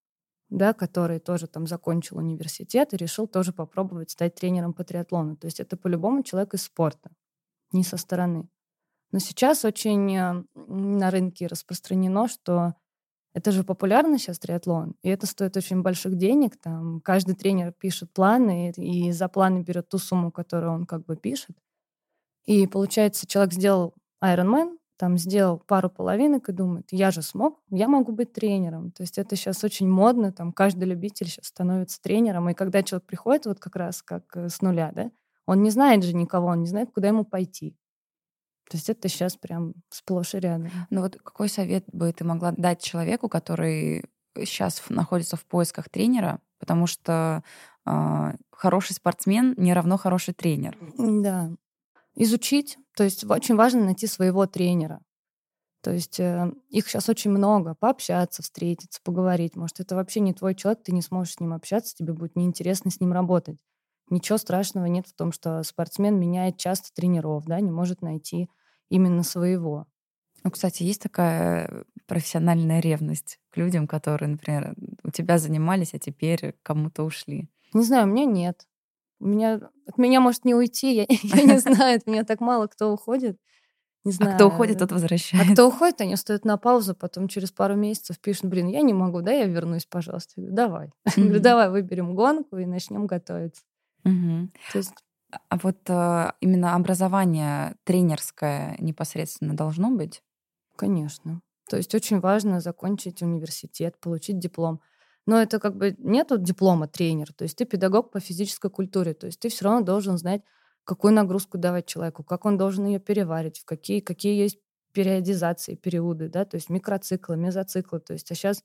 да, который тоже там закончил университет и решил тоже попробовать стать тренером по триатлону. То есть это по-любому человек из спорта, не со стороны. Но сейчас очень на рынке распространено, что это же популярно сейчас триатлон, и это стоит очень больших денег. Там каждый тренер пишет планы, и за планы берет ту сумму, которую он как бы пишет. И получается, человек сделал Ironman, там сделал пару половинок и думает, я же смог, я могу быть тренером. То есть это сейчас очень модно, там каждый любитель сейчас становится тренером. И когда человек приходит вот как раз как с нуля, да, он не знает же никого, он не знает, куда ему пойти. То есть это сейчас прям сплошь и рядом. Ну вот какой совет бы ты могла дать человеку, который сейчас находится в поисках тренера, потому что хороший спортсмен не равно хороший тренер. Да. Изучить. То есть очень важно найти своего тренера. То есть их сейчас очень много. Пообщаться, встретиться, поговорить. Может, это вообще не твой человек, ты не сможешь с ним общаться, тебе будет неинтересно с ним работать. Ничего страшного нет в том, что спортсмен меняет часто тренеров, да, не может найти именно своего. Ну, кстати, есть такая профессиональная ревность к людям, которые, например, у тебя занимались, а теперь к кому-то ушли. Не знаю, у меня нет. От меня может не уйти, я не знаю, от меня так мало кто уходит. Не А кто уходит, знаю. тот А кто возвращается. уходит, они стоят на паузу, потом через пару месяцев пишут, блин, я не могу, да, я вернусь, пожалуйста. Я говорю, давай. Я говорю, Мгм. давай выберем гонку и начнем готовиться. Мгм. То есть, А вот именно образование тренерское непосредственно должно быть? конечно. То есть очень важно закончить университет, получить диплом. Но это как бы нету диплома тренер. То есть ты педагог по физической культуре. То есть ты все равно должен знать, какую нагрузку давать человеку, как он должен ее переварить, какие есть периодизации, периоды, да, то есть микроциклы, мезоциклы. То есть, а сейчас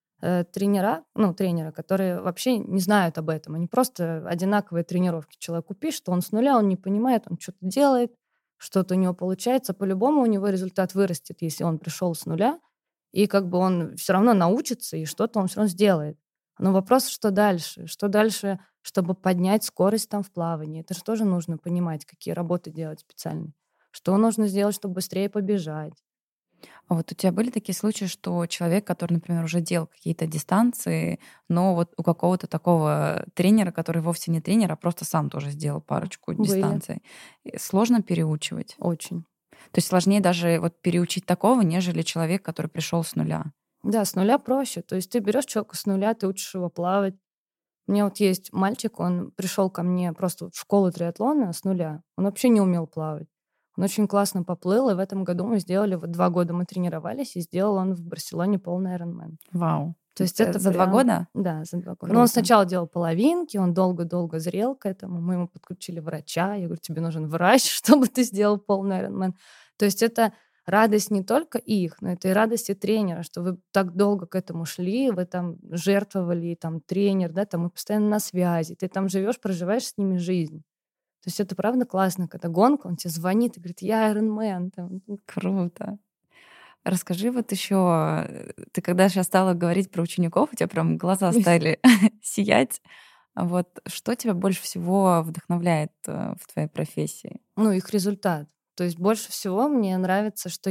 тренеры, которые вообще не знают об этом. Они просто одинаковые тренировки человеку пишут, он с нуля, он не понимает, он что-то делает, что-то у него получается. По-любому у него результат вырастет, если он пришел с нуля, и как бы он все равно научится, и что-то он все равно сделает. Но вопрос, что дальше? Что дальше, чтобы поднять скорость там в плавании? Это же тоже нужно понимать, какие работы делать специальные. Что нужно сделать, чтобы быстрее побежать? А вот у тебя были такие случаи, что человек, который, например, уже делал какие-то дистанции, но вот у какого-то такого тренера, который вовсе не тренер, а просто сам тоже сделал парочку Были. дистанций, сложно переучивать? Очень. То есть сложнее даже вот переучить такого, нежели человек, который пришел с нуля. Да, с нуля проще. То есть ты берешь человека с нуля, ты учишь его плавать. У меня вот есть мальчик, он пришел ко мне просто в школу триатлона с нуля. Он вообще не умел плавать. Он очень классно поплыл, и в этом году мы сделали, вот 2 года мы тренировались, и сделал он в Барселоне полный Ironman. Вау. То есть это За 2 прям... года? Да, за 2 года. Но он Круто. сначала делал половинки, он долго-долго зрел к этому. Мы ему подключили врача. Я говорю, тебе нужен врач, чтобы ты сделал полный Ironman. То есть это радость не только их, но это и радость и тренера, что вы так долго к этому шли, вы там жертвовали, и там тренер, да, там мы постоянно на связи, ты там живешь, проживаешь с ними жизнь. То есть это правда классно, когда гонка, он тебе звонит и говорит, я Ironman. Там. Круто. Расскажи вот еще, ты когда сейчас стала говорить про учеников, у тебя прям глаза стали сиять. Вот что тебя больше всего вдохновляет в твоей профессии? Ну, их результат. То есть больше всего мне нравится, что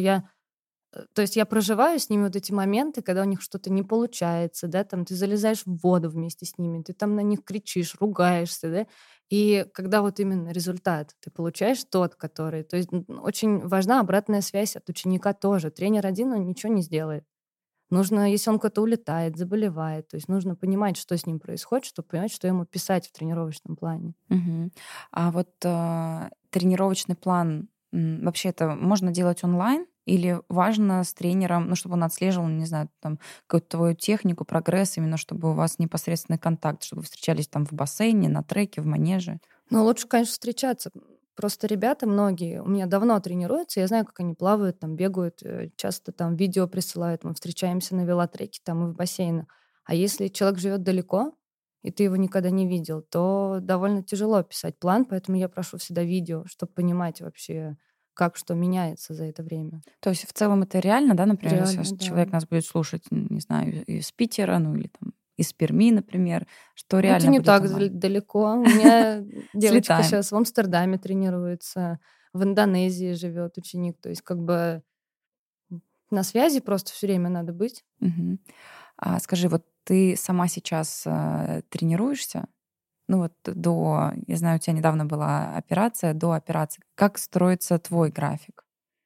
я проживаю с ними вот эти моменты, когда у них что-то не получается, да, там ты залезаешь в воду вместе с ними, ты там на них кричишь, ругаешься, да, и когда вот именно результат ты получаешь тот, который... То есть очень важна обратная связь от ученика тоже. Тренер один, он ничего не сделает. Нужно, если он куда-то улетает, заболевает, то есть нужно понимать, что с ним происходит, чтобы понимать, что ему писать в тренировочном плане. Мгм. А вот тренировочный план, вообще это можно делать онлайн или важно с тренером, ну, чтобы он отслеживал, не знаю, там, какую-то твою технику, прогресс, именно чтобы у вас непосредственный контакт, чтобы вы встречались там в бассейне, на треке, в манеже? Но лучше, конечно, встречаться. Просто ребята многие у меня давно тренируются, я знаю, как они плавают, там бегают, часто там видео присылают, мы встречаемся на велотреке там и в бассейнах. А если человек живет далеко, и ты его никогда не видел, то довольно тяжело писать план, поэтому я прошу всегда видео, чтобы понимать вообще, как что меняется за это время. То есть в целом это реально, да, например, если Реально, да. человек нас будет слушать, не знаю, из Питера, ну или там из Перми, например, что Ну, это реально не будет так онлайн. далеко. У меня девочка Слетаем. сейчас в Амстердаме тренируется, в Индонезии живет ученик. То есть как бы на связи просто все время надо быть. Мгм. А скажи, вот Ты сама сейчас тренируешься? Ну вот я знаю, у тебя недавно была операция, до операции. Как строится твой график?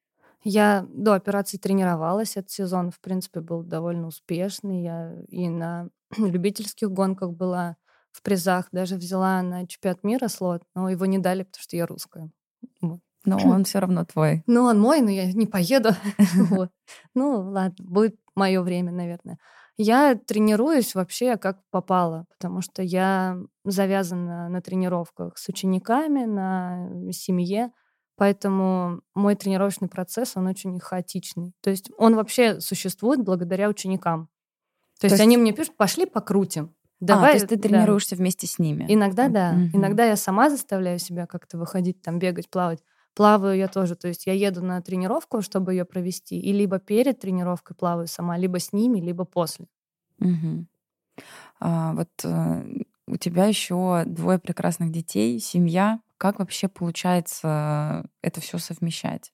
Я до операции тренировалась. Этот сезон, в принципе, был довольно успешный. Я и на любительских гонках была в призах, даже взяла на чемпионат мира слот, но его не дали, потому что я русская. Вот. Но он все равно твой. Ну, он мой, но я не поеду. Вот. Ну, ладно, будет мое время, наверное. Я тренируюсь вообще как попало, потому что я завязана на тренировках с учениками, на семье, поэтому мой тренировочный процесс, он очень хаотичный. То есть он вообще существует благодаря ученикам. То То есть они есть, мне пишут: «Пошли покрутим». то Давай, есть ты да. тренируешься вместе с ними? Иногда да. Мгм. Иногда я сама заставляю себя как-то выходить, там, бегать, плавать. Плаваю я тоже. То есть я еду на тренировку, чтобы ее провести, и либо перед тренировкой плаваю сама, либо с ними, либо после. Мгм. Вот у тебя еще двое прекрасных детей, семья. Как вообще получается это все совмещать?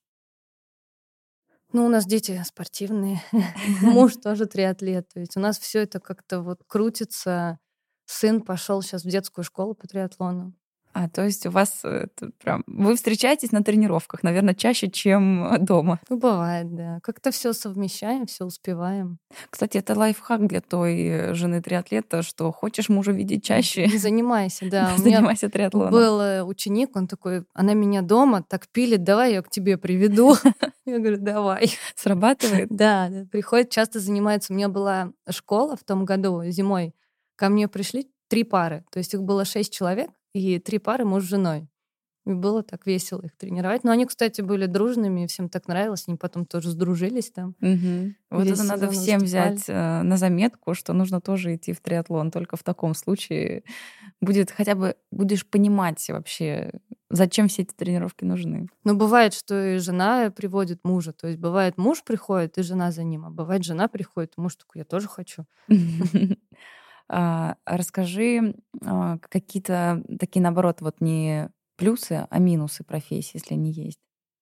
Ну, у нас дети спортивные, муж тоже триатлет. То есть у нас все это как-то вот крутится. Сын пошел сейчас в детскую школу по триатлону. То есть у вас прям вы встречаетесь на тренировках, наверное, чаще, чем дома. Ну, бывает, да. Как-то все совмещаем, все успеваем. Кстати, это лайфхак для той жены триатлета, что хочешь мужа видеть чаще, Занимайся, да. У меня занимайся триатлоном. был ученик, он такой: «Она меня дома так пилит, давай я к тебе приведу». Я говорю: «Давай». Срабатывает? Да, да, приходит, часто занимается. У меня была школа в том году зимой. Ко мне пришли 3 пары. То есть их было 6 человек, и 3 пары муж с женой. И было так весело их тренировать. Но они, кстати, были дружными, и всем так нравилось. Они потом тоже сдружились там. Мгм. Вот Весь это надо сезон всем выступали. взять на заметку, что нужно тоже идти в триатлон. Только в таком случае будет хотя бы будешь понимать вообще, зачем все эти тренировки нужны. Но бывает, что и жена приводит мужа. То есть бывает, муж приходит, и жена за ним. А бывает, жена приходит, и муж такой: «Я тоже хочу». Расскажи какие-то такие, наоборот, вот не плюсы, а минусы профессии, если они есть.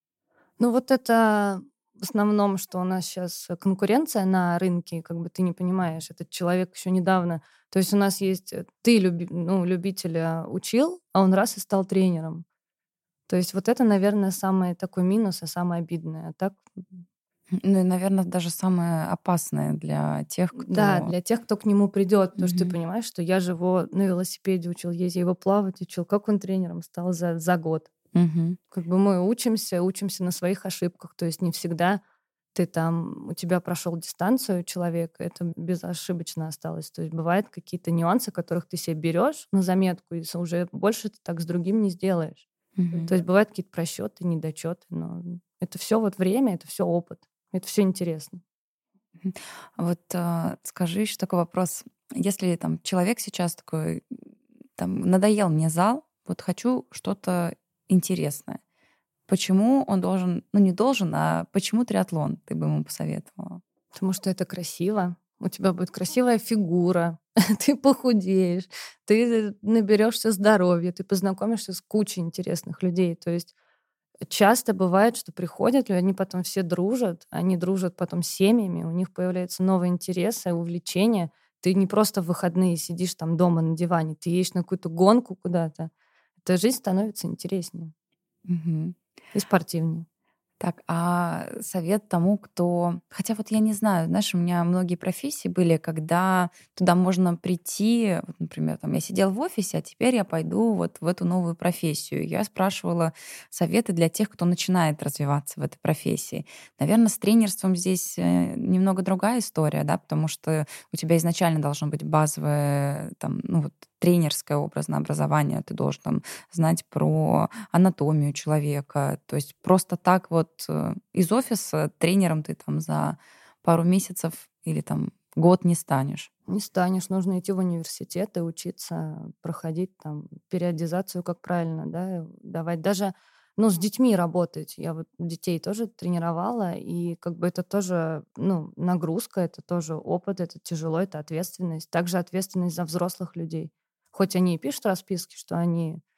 Ну, вот это в основном, что у нас сейчас конкуренция на рынке, как бы ты не понимаешь, этот человек еще недавно. То есть у нас есть ты ну, любителя учил, а он раз и стал тренером. То есть вот это, наверное, самый такой минус и самое обидное. А так, Ну и, наверное, даже самое опасное для тех, да, кто... для тех, кто к нему придет, потому что ты Мгм. понимаешь, что я же его на велосипеде учил ездить, я его плавать учил. Как он тренером стал за год? Мгм. Как бы мы учимся на своих ошибках. То есть не всегда ты там, у тебя прошел дистанцию человек, это безошибочно осталось. То есть бывают какие-то нюансы, которых ты себе берешь на заметку, и уже больше ты так с другим не сделаешь. Мгм. То есть бывают какие-то просчеты, недочеты, но это все вот время, это все опыт, это все интересно. Мгм. Вот скажи еще такой вопрос. Если там человек сейчас такой, там, надоел мне зал, вот хочу что-то интересное. Почему он должен, ну не должен, а почему триатлон, ты бы ему посоветовала? Потому что это красиво. У тебя будет красивая фигура, ты похудеешь, ты наберешься здоровья, ты познакомишься с кучей интересных людей. То есть часто бывает, что приходят, и они потом все дружат, они дружат потом с семьями, у них появляются новые интересы, увлечения. Ты не просто в выходные сидишь там дома на диване, ты едешь на какую-то гонку куда-то. Эта жизнь становится интереснее Мгм. и спортивнее. Так, а совет тому, кто... Хотя вот я не знаю, знаешь, у меня многие профессии были, когда туда можно прийти, вот, например, там, я сидела в офисе, а теперь я пойду вот в эту новую профессию. Я спрашивала советы для тех, кто начинает развиваться в этой профессии. Наверное, с тренерством здесь немного другая история, да, потому что у тебя изначально должно быть базовое, там, ну вот, тренерское образное образование, ты должен там знать про анатомию человека. То есть просто так вот из офиса тренером ты там за пару месяцев или там год не станешь. Не станешь, нужно идти в университет и учиться проходить там периодизацию, как правильно, да, давать. Даже, ну, с детьми работать. Я вот детей тоже тренировала, и как бы это тоже, ну, нагрузка, это тоже опыт, это тяжело, это ответственность. Также ответственность за взрослых людей. Хоть они и пишут расписки, что они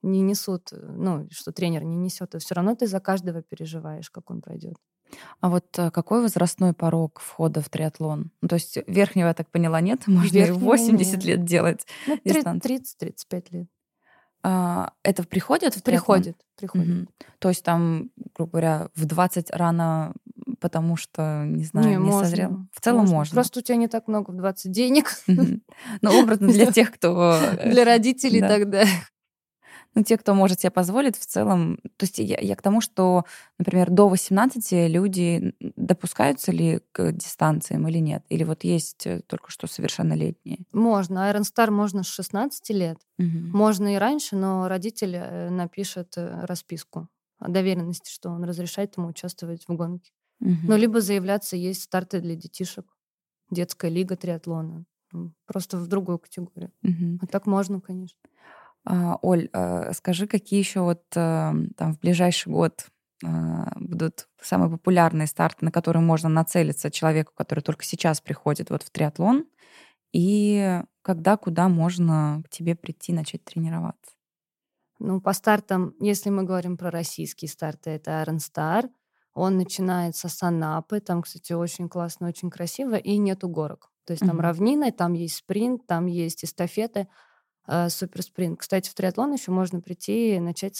не несут, что тренер не несет, а все равно ты за каждого переживаешь, как он пройдет. А вот какой возрастной порог входа в триатлон? Ну, то есть верхнего, я так поняла, нет? Можно и в Верхнего 80 нет. лет делать дистанцию. 30-35 лет. Это приходит в триатлон? Приходит. Мгм. То есть там, грубо говоря, в 20 рано, потому что, не знаю, Не, не созрел? можно. В целом можно. Просто у тебя не так много в 20 денег. Мгм. Ну, образно для тех, кто... Для родителей Да. тогда. Ну, те, кто может себе позволить, в целом... То есть я к тому, что, например, до 18 люди допускаются ли к дистанциям или нет? Или вот есть только что совершеннолетние? Можно. Iron Star можно с 16 лет. Мгм. Можно и раньше, но родитель напишет расписку о доверенности, что он разрешает ему участвовать в гонке. Мгм. Либо заявляться, есть старты для детишек. Детская лига триатлона. Просто в другую категорию. Мгм. А так можно, конечно. Оль, скажи, какие еще вот там в ближайший год будут самые популярные старты, на которые можно нацелиться человеку, который только сейчас приходит вот в триатлон, и когда, куда можно к тебе прийти, начать тренироваться? По стартам, если мы говорим про российские старты, это Iron Star. Он начинается с Анапы. Там, кстати, очень классно, очень красиво. И нету горок. То есть там Мгм. равнина, там есть спринт, там есть эстафеты, суперспринт. Кстати, в триатлон еще можно прийти и начать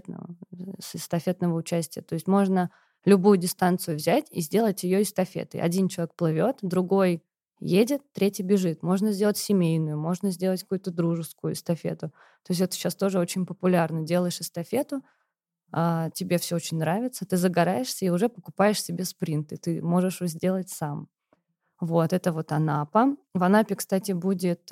с эстафетного участия. То есть можно любую дистанцию взять и сделать ее эстафетой. Один человек плывет, другой едет, третий бежит. Можно сделать семейную, можно сделать какую-то дружескую эстафету. То есть это сейчас тоже очень популярно. Делаешь эстафету, тебе все очень нравится, ты загораешься и уже покупаешь себе спринт, и ты можешь его сделать сам. Вот, это вот Анапа. В Анапе, кстати, будет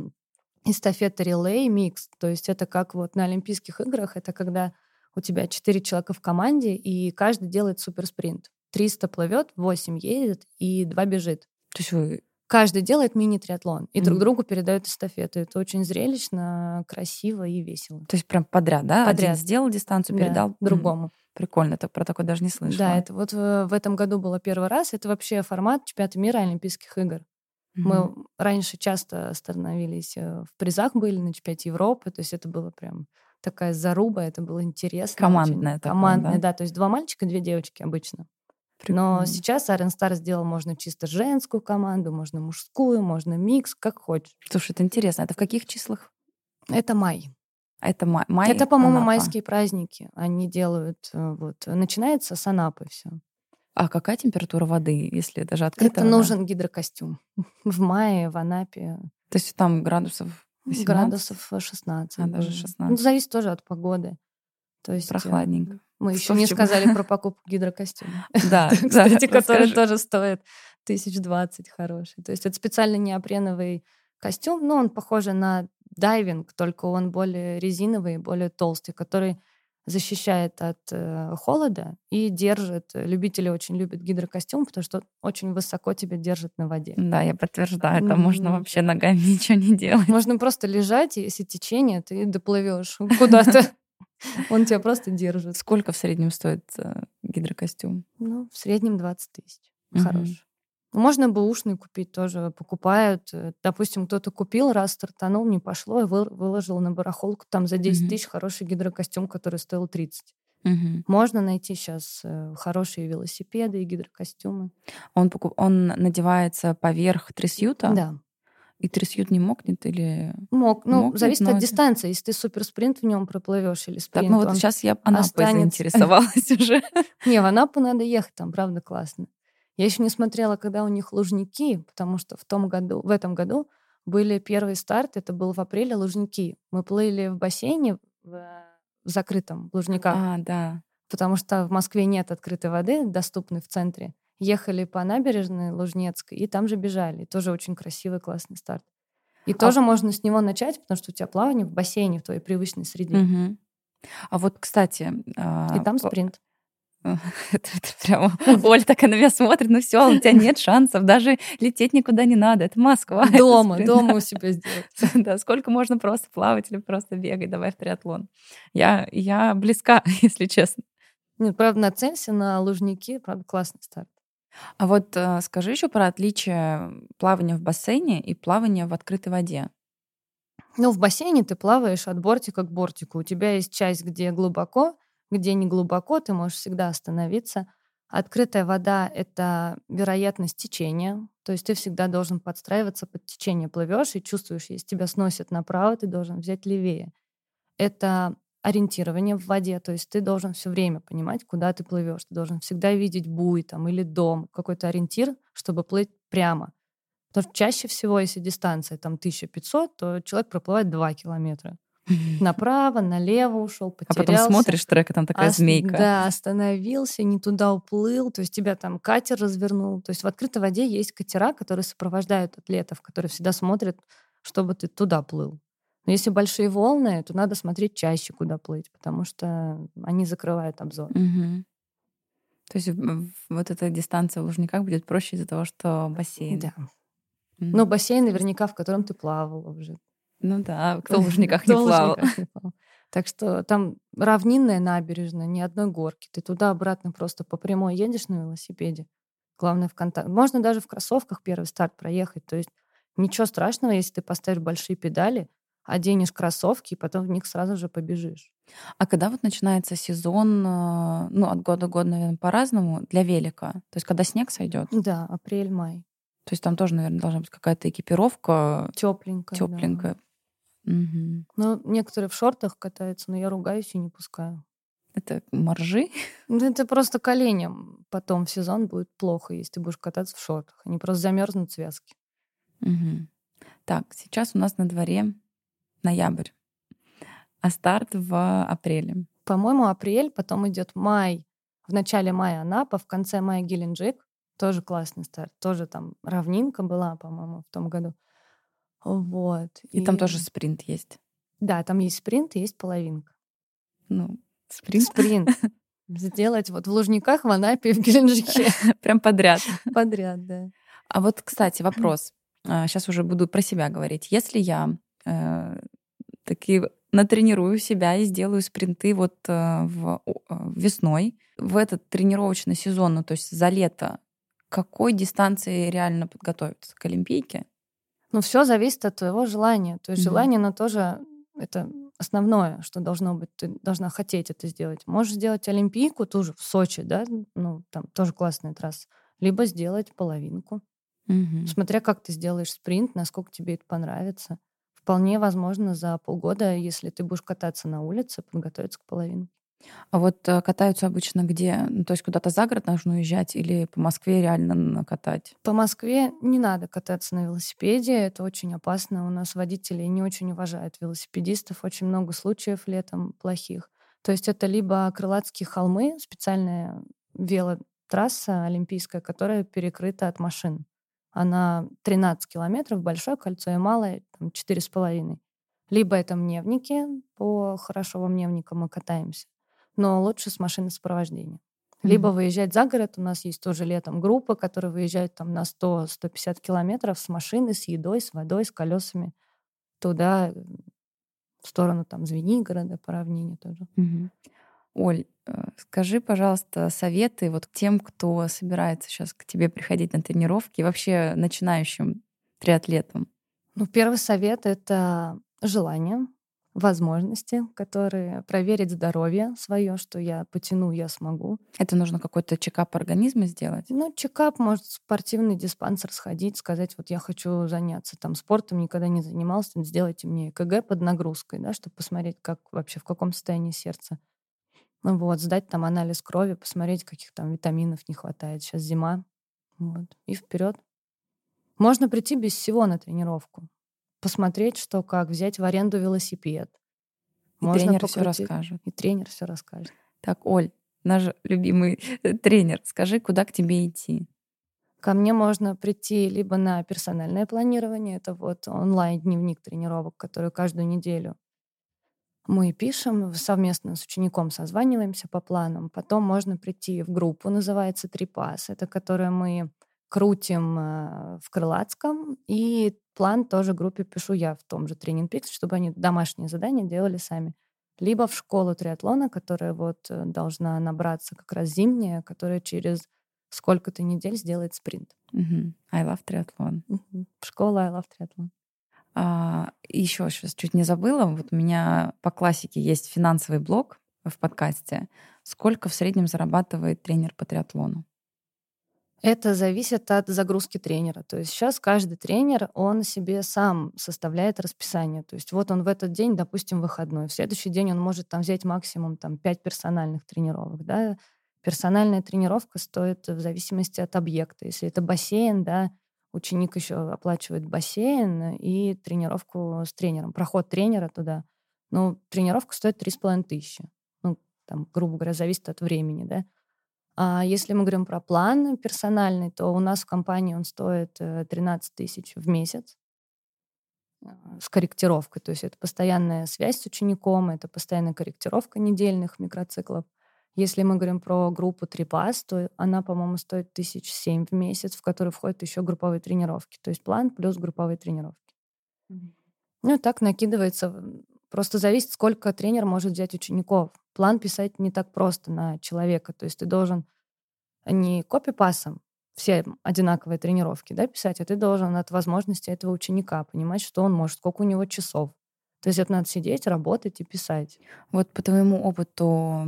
эстафета релей микс. То есть это как вот на Олимпийских играх, это когда у тебя 4 человека в команде, и каждый делает суперспринт. 300 плывет, 8 едет и 2 бежит. То есть вы... Каждый делает мини-триатлон и друг Мгм. другу передают эстафету. Это очень зрелищно, красиво и весело. То есть прям подряд, да? Один Подряд. сделал дистанцию, Да, передал. другому. Прикольно, так про такое даже не Да, слышала. это вот в этом году было первый раз. Это вообще формат чемпионата мира и Олимпийских игр. Мгм. Мы раньше часто становились в призах были на чемпионате Европы, то есть это было прям такая заруба, это было интересно очень. Командное такое, Командное, да? да, то есть 2 мальчика, 2 девочки обычно. Но Прикольно. сейчас Iron Star сделал можно чисто женскую команду, можно мужскую, можно микс, как хочешь. Слушай, это интересно. Это в каких числах? Это май. Это май, Это, по-моему, Анапа. майские праздники. Они делают, начинается с Анапы все. А какая температура воды, если даже Это открытая вода? нужен гидрокостюм. В мае в Анапе То есть там градусов 18? градусов 16 А, даже было. 16. Зависит тоже от погоды. То есть Прохладненько. мы В еще не Сочи сказали про покупку гидрокостюма. Да, да, Кстати, который расскажи. тоже стоит 1020 хороший. То есть это специально неопреновый костюм, но он похож на дайвинг, только он более резиновый, более толстый, который защищает от холода и держит. Любители очень любят гидрокостюм, потому что очень высоко тебя держит на воде. Да, я подтверждаю, там можно Мгм. вообще ногами ничего не делать. Можно просто лежать, и если течение, ты доплывешь куда-то. Он тебя просто держит. Сколько в среднем стоит гидрокостюм? В среднем 20 тысяч. Мгм. Хороший. Можно бэушный купить тоже. Покупают. Допустим, кто-то купил, раз стартанул, не пошло, и выложил на барахолку там за 10 Мгм. тысяч хороший гидрокостюм, который стоил 30. Мгм. Можно найти сейчас хорошие велосипеды и гидрокостюмы. Он надевается поверх трисьюта, Да. и трисьют не мокнет или Мокнет, зависит от но это... дистанции. Если ты суперспринт в нем проплывешь или Так, ну спринт, вот он сейчас я Анапой останется. заинтересовалась уже. Не, в Анапу надо ехать, там правда классно. Я еще не смотрела, когда у них Лужники, потому что в этом году были первые старты, это был в апреле Лужники. Мы плыли в бассейне в закрытом в Лужниках, Да. потому что в Москве нет открытой воды, доступной в центре. Ехали по набережной Лужнецкой и там же бежали. Тоже очень красивый, классный старт. И А, тоже можно с него начать, потому что у тебя плавание в бассейне, в твоей привычной среде. мгм. А вот, кстати, И там спринт. это прямо Оля такая на меня смотрит, ну все, у тебя нет шансов, даже лететь никуда не надо, это Москва. это Дома спринт. у себя сделать. Да, сколько можно просто плавать или просто бегать, давай в триатлон. Я близка, если честно. Нет, правда, нацелься на Лужники, правда, классный старт. А вот скажи еще про отличие плавания в бассейне и плавания в открытой воде. Ну, в бассейне ты плаваешь от бортика к бортику. У тебя есть часть, где глубоко, где не глубоко, ты можешь всегда остановиться. Открытая вода — это вероятность течения, то есть ты всегда должен подстраиваться под течение. Плывешь и чувствуешь, если тебя сносит направо, ты должен взять левее. Это ориентирование в воде, то есть ты должен все время понимать, куда ты плывешь. Ты должен всегда видеть буй там, или дом, какой-то ориентир, чтобы плыть прямо. Потому что чаще всего, если дистанция там 1500, то человек проплывает 2 километра. Направо, налево ушел, А потом потерялся, смотришь трек, и там такая змейка. да, остановился, не туда уплыл, то есть тебя там катер развернул. То есть в открытой воде есть катера, которые сопровождают атлетов, которые всегда смотрят, чтобы ты туда плыл. Но если большие волны, то надо смотреть чаще, куда плыть, потому что они закрывают обзор. Мгм. То есть вот эта дистанция в Лужниках будет проще из-за того, что бассейн. Да. Но бассейн Интересно. наверняка, в котором ты плавала уже. Ну да, кто в Лужниках не Кто в плавал. Лужниках не плавал. Так что там равнинная набережная, ни одной горки. Ты туда-обратно просто по прямой едешь на велосипеде. Главное в контакт. Можно даже в кроссовках первый старт проехать. То есть ничего страшного, если ты поставишь большие педали, оденешь кроссовки, и потом в них сразу же побежишь. А когда вот начинается сезон, ну, от года к году, наверное, по-разному, для велика? То есть когда снег сойдет? Да, апрель-май. То есть там тоже, наверное, должна быть какая-то экипировка Тепленькая, да. тепленькая. Мгм. Ну, некоторые в шортах катаются, но я ругаюсь и не пускаю. Это моржи? Ну, это просто коленям потом в сезон будет плохо, если ты будешь кататься в шортах. Они просто замерзнут связки. Мгм. Так, сейчас у нас на дворе ноябрь, а старт в апреле. По-моему, апрель, потом идет май. В начале мая Анапа, в конце мая Геленджик. Тоже классный старт. Тоже там равнинка была, по-моему, в том году. Вот. И там И тоже спринт есть. да, там есть спринт и есть половинка. Ну, спринт Спринт. Сделать вот в Лужниках, в Анапе и в Геленджике. прям подряд. Подряд, да. А вот, кстати, вопрос. Сейчас уже буду про себя говорить. Если я таки натренирую себя и сделаю спринты вот весной, в этот тренировочный сезон, ну, то есть за лето, к какой дистанции реально подготовиться? К Олимпийке? Но все зависит от твоего желания. То есть Мгм. желание, оно тоже это основное, что должно быть. Ты должна хотеть это сделать. Можешь сделать олимпийку тоже в Сочи, да, ну, там тоже классная трасса. Либо сделать половинку. Мгм. Смотря как ты сделаешь спринт, насколько тебе это понравится. Вполне возможно, за полгода, если ты будешь кататься на улице, подготовиться к половинке. А вот катаются обычно где? Ну, то есть куда-то за город нужно уезжать или по Москве реально накатать? По Москве не надо кататься на велосипеде, это очень опасно. У нас водители не очень уважают велосипедистов, очень много случаев летом плохих. То есть это либо Крылатские холмы, специальная велотрасса олимпийская, которая перекрыта от машин. Она 13 километров, большое кольцо и малое, там 4,5. Либо это Мневники, по хорошо во Мневниках мы катаемся, но лучше с машиной сопровождения. Либо Мгм. выезжать за город. У нас есть тоже летом группы, которые выезжают там на 100-150 километров с машиной, с едой, с водой, с колесами туда, в сторону там Звенигорода, по равнине тоже. Мгм. Оль, скажи, пожалуйста, советы вот тем, кто собирается сейчас к тебе приходить на тренировки, и вообще начинающим триатлетам. Ну, первый совет — это желание, возможности, которые проверить здоровье свое, что я потяну, я смогу. Это нужно какой-то чекап организма сделать? Ну, чекап, может, в спортивный диспансер сходить, сказать, вот я хочу заняться там спортом, никогда не занимался, сделайте мне ЭКГ под нагрузкой, да, чтобы посмотреть, как вообще, в каком состоянии сердце. Ну вот, сдать там анализ крови, посмотреть, каких там витаминов не хватает. Сейчас зима. Вот. И вперед. Можно прийти без всего на тренировку. Посмотреть, что как, взять в аренду велосипед. И Можно тренер все покрутить. расскажет. И тренер все расскажет. Так, Оль, наш любимый тренер, скажи, куда к тебе идти? Ко мне можно прийти либо на персональное планирование, это вот онлайн-дневник тренировок, который каждую неделю мы пишем, совместно с учеником созваниваемся по планам. Потом можно прийти в группу, называется «Трипас». Это которую мы крутим в Крылатском. И план тоже группе пишу я в том же Тренинг Пикс, чтобы они домашние задания делали сами. Либо в школу триатлона, которая вот должна набраться как раз зимняя, которая через сколько-то недель сделает спринт. Мгм. I love триатлон. Школа I Love Triathlon. Еще сейчас чуть не забыла. Вот у меня по классике есть финансовый блог в подкасте. Сколько в среднем зарабатывает тренер по триатлону? Это зависит от загрузки тренера. То есть сейчас каждый тренер, он себе сам составляет расписание. То есть вот он в этот день, допустим, выходной. В следующий день он может там взять максимум 5 персональных тренировок. Да? Персональная тренировка стоит в зависимости от объекта. Если это бассейн, да, ученик еще оплачивает бассейн и тренировку с тренером, проход тренера туда. Ну, тренировка стоит 3500. Ну, там, грубо говоря, зависит от времени, да. А если мы говорим про план персональный, то у нас в компании он стоит 13 тысяч в месяц с корректировкой. То есть это постоянная связь с учеником, это постоянная корректировка недельных микроциклов. Если мы говорим про группу Трипас, то она, по-моему, стоит 1007 в месяц, в который входят еще групповые тренировки. То есть план плюс групповые тренировки. Ну и так накидывается. Просто зависит, сколько тренер может взять учеников. План писать не так просто на человека. То есть ты должен не копипасом все одинаковые тренировки, да, писать, а ты должен от возможности этого ученика понимать, что он может, сколько у него часов. То есть это надо сидеть, работать и писать. Вот по твоему опыту,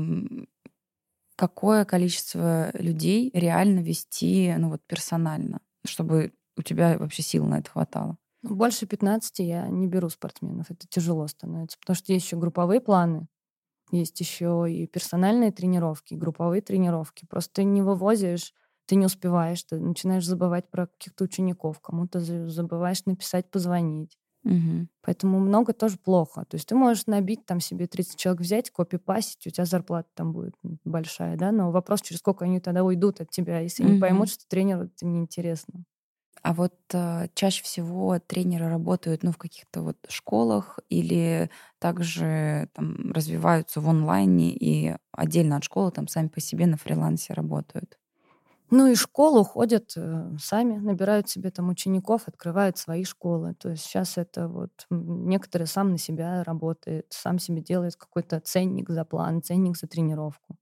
какое количество людей реально вести, ну вот персонально, чтобы у тебя вообще сил на это хватало? Больше 15 я не беру спортсменов. Это тяжело становится, потому что есть еще групповые планы, есть еще и персональные тренировки, и групповые тренировки. Просто ты не вывозишь, ты не успеваешь, ты начинаешь забывать про каких-то учеников, кому-то забываешь написать, позвонить. Угу. Поэтому много тоже плохо. То есть ты можешь набить там себе 30 человек взять, копипасить, у тебя зарплата там будет большая, да, но вопрос, через сколько они тогда уйдут от тебя, если не поймут, что тренеру это неинтересно. А вот чаще всего тренеры работают, ну, в каких-то вот школах или также там развиваются в онлайне и отдельно от школы там сами по себе на фрилансе работают? Ну и школу ходят сами, набирают себе там учеников, открывают свои школы. То есть сейчас это вот некоторые сам на себя работает, сам себе делает какой-то ценник за план, ценник за тренировку.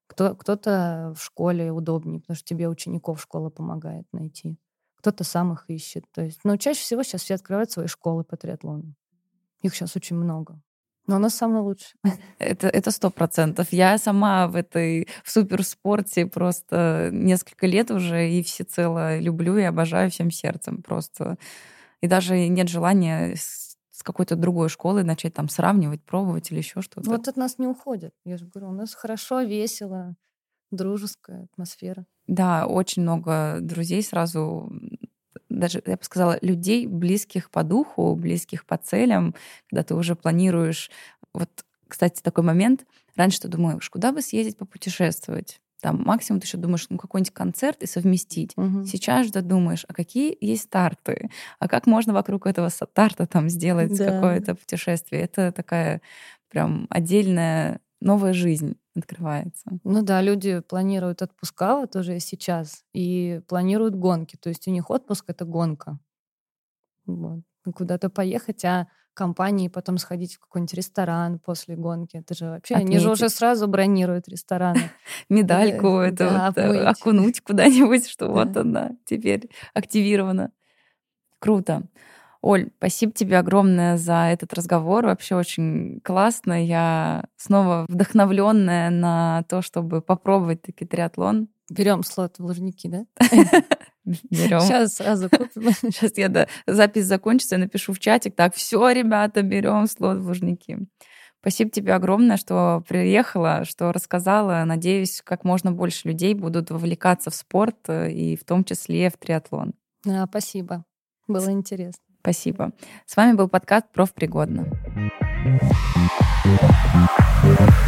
Кто-то в школе удобнее, потому что тебе учеников школа помогает найти. Кто-то сам их ищет. То есть, но чаще всего сейчас все открывают свои школы по триатлону. Их сейчас очень много. Но у нас самое лучшее. Это 100%. Я сама в суперспорте просто несколько лет уже и всецело люблю и обожаю всем сердцем просто. И даже нет желания с какой-то другой школой начать там сравнивать, пробовать или еще что-то. Вот от нас не уходят. Я же говорю, у нас хорошо, весело, дружеская атмосфера. Да, очень много друзей сразу, даже, я бы сказала, людей, близких по духу, близких по целям, когда ты уже планируешь. Вот, кстати, такой момент. Раньше ты думаешь, куда бы съездить попутешествовать? Там максимум ты еще думаешь, ну какой-нибудь концерт и совместить. Угу. Сейчас же думаешь, а какие есть старты? А как можно вокруг этого старта там сделать какое-то путешествие? Это такая прям отдельная новая жизнь открывается. Ну да, люди планируют отпуска вот уже сейчас и планируют гонки. То есть у них отпуск — это гонка. Вот. Куда-то поехать, а компании потом сходить в какой-нибудь ресторан после гонки. Это же вообще, они же уже сразу бронируют рестораны. Медальку окунуть куда-нибудь, что вот она теперь активирована. Круто. Оль, спасибо тебе огромное за этот разговор. Вообще очень классно. Я снова вдохновленная на то, чтобы попробовать таки триатлон. Берем слот в Лужники, да? Берем. Сейчас сразу купим. Сейчас запись закончится, я напишу в чатик. Так, все, ребята, берем слот в Лужники. Спасибо тебе огромное, что приехала, что рассказала. Надеюсь, как можно больше людей будут вовлекаться в спорт и в том числе в триатлон. Спасибо. Было интересно. Спасибо. С вами был подкаст «Профпригодно».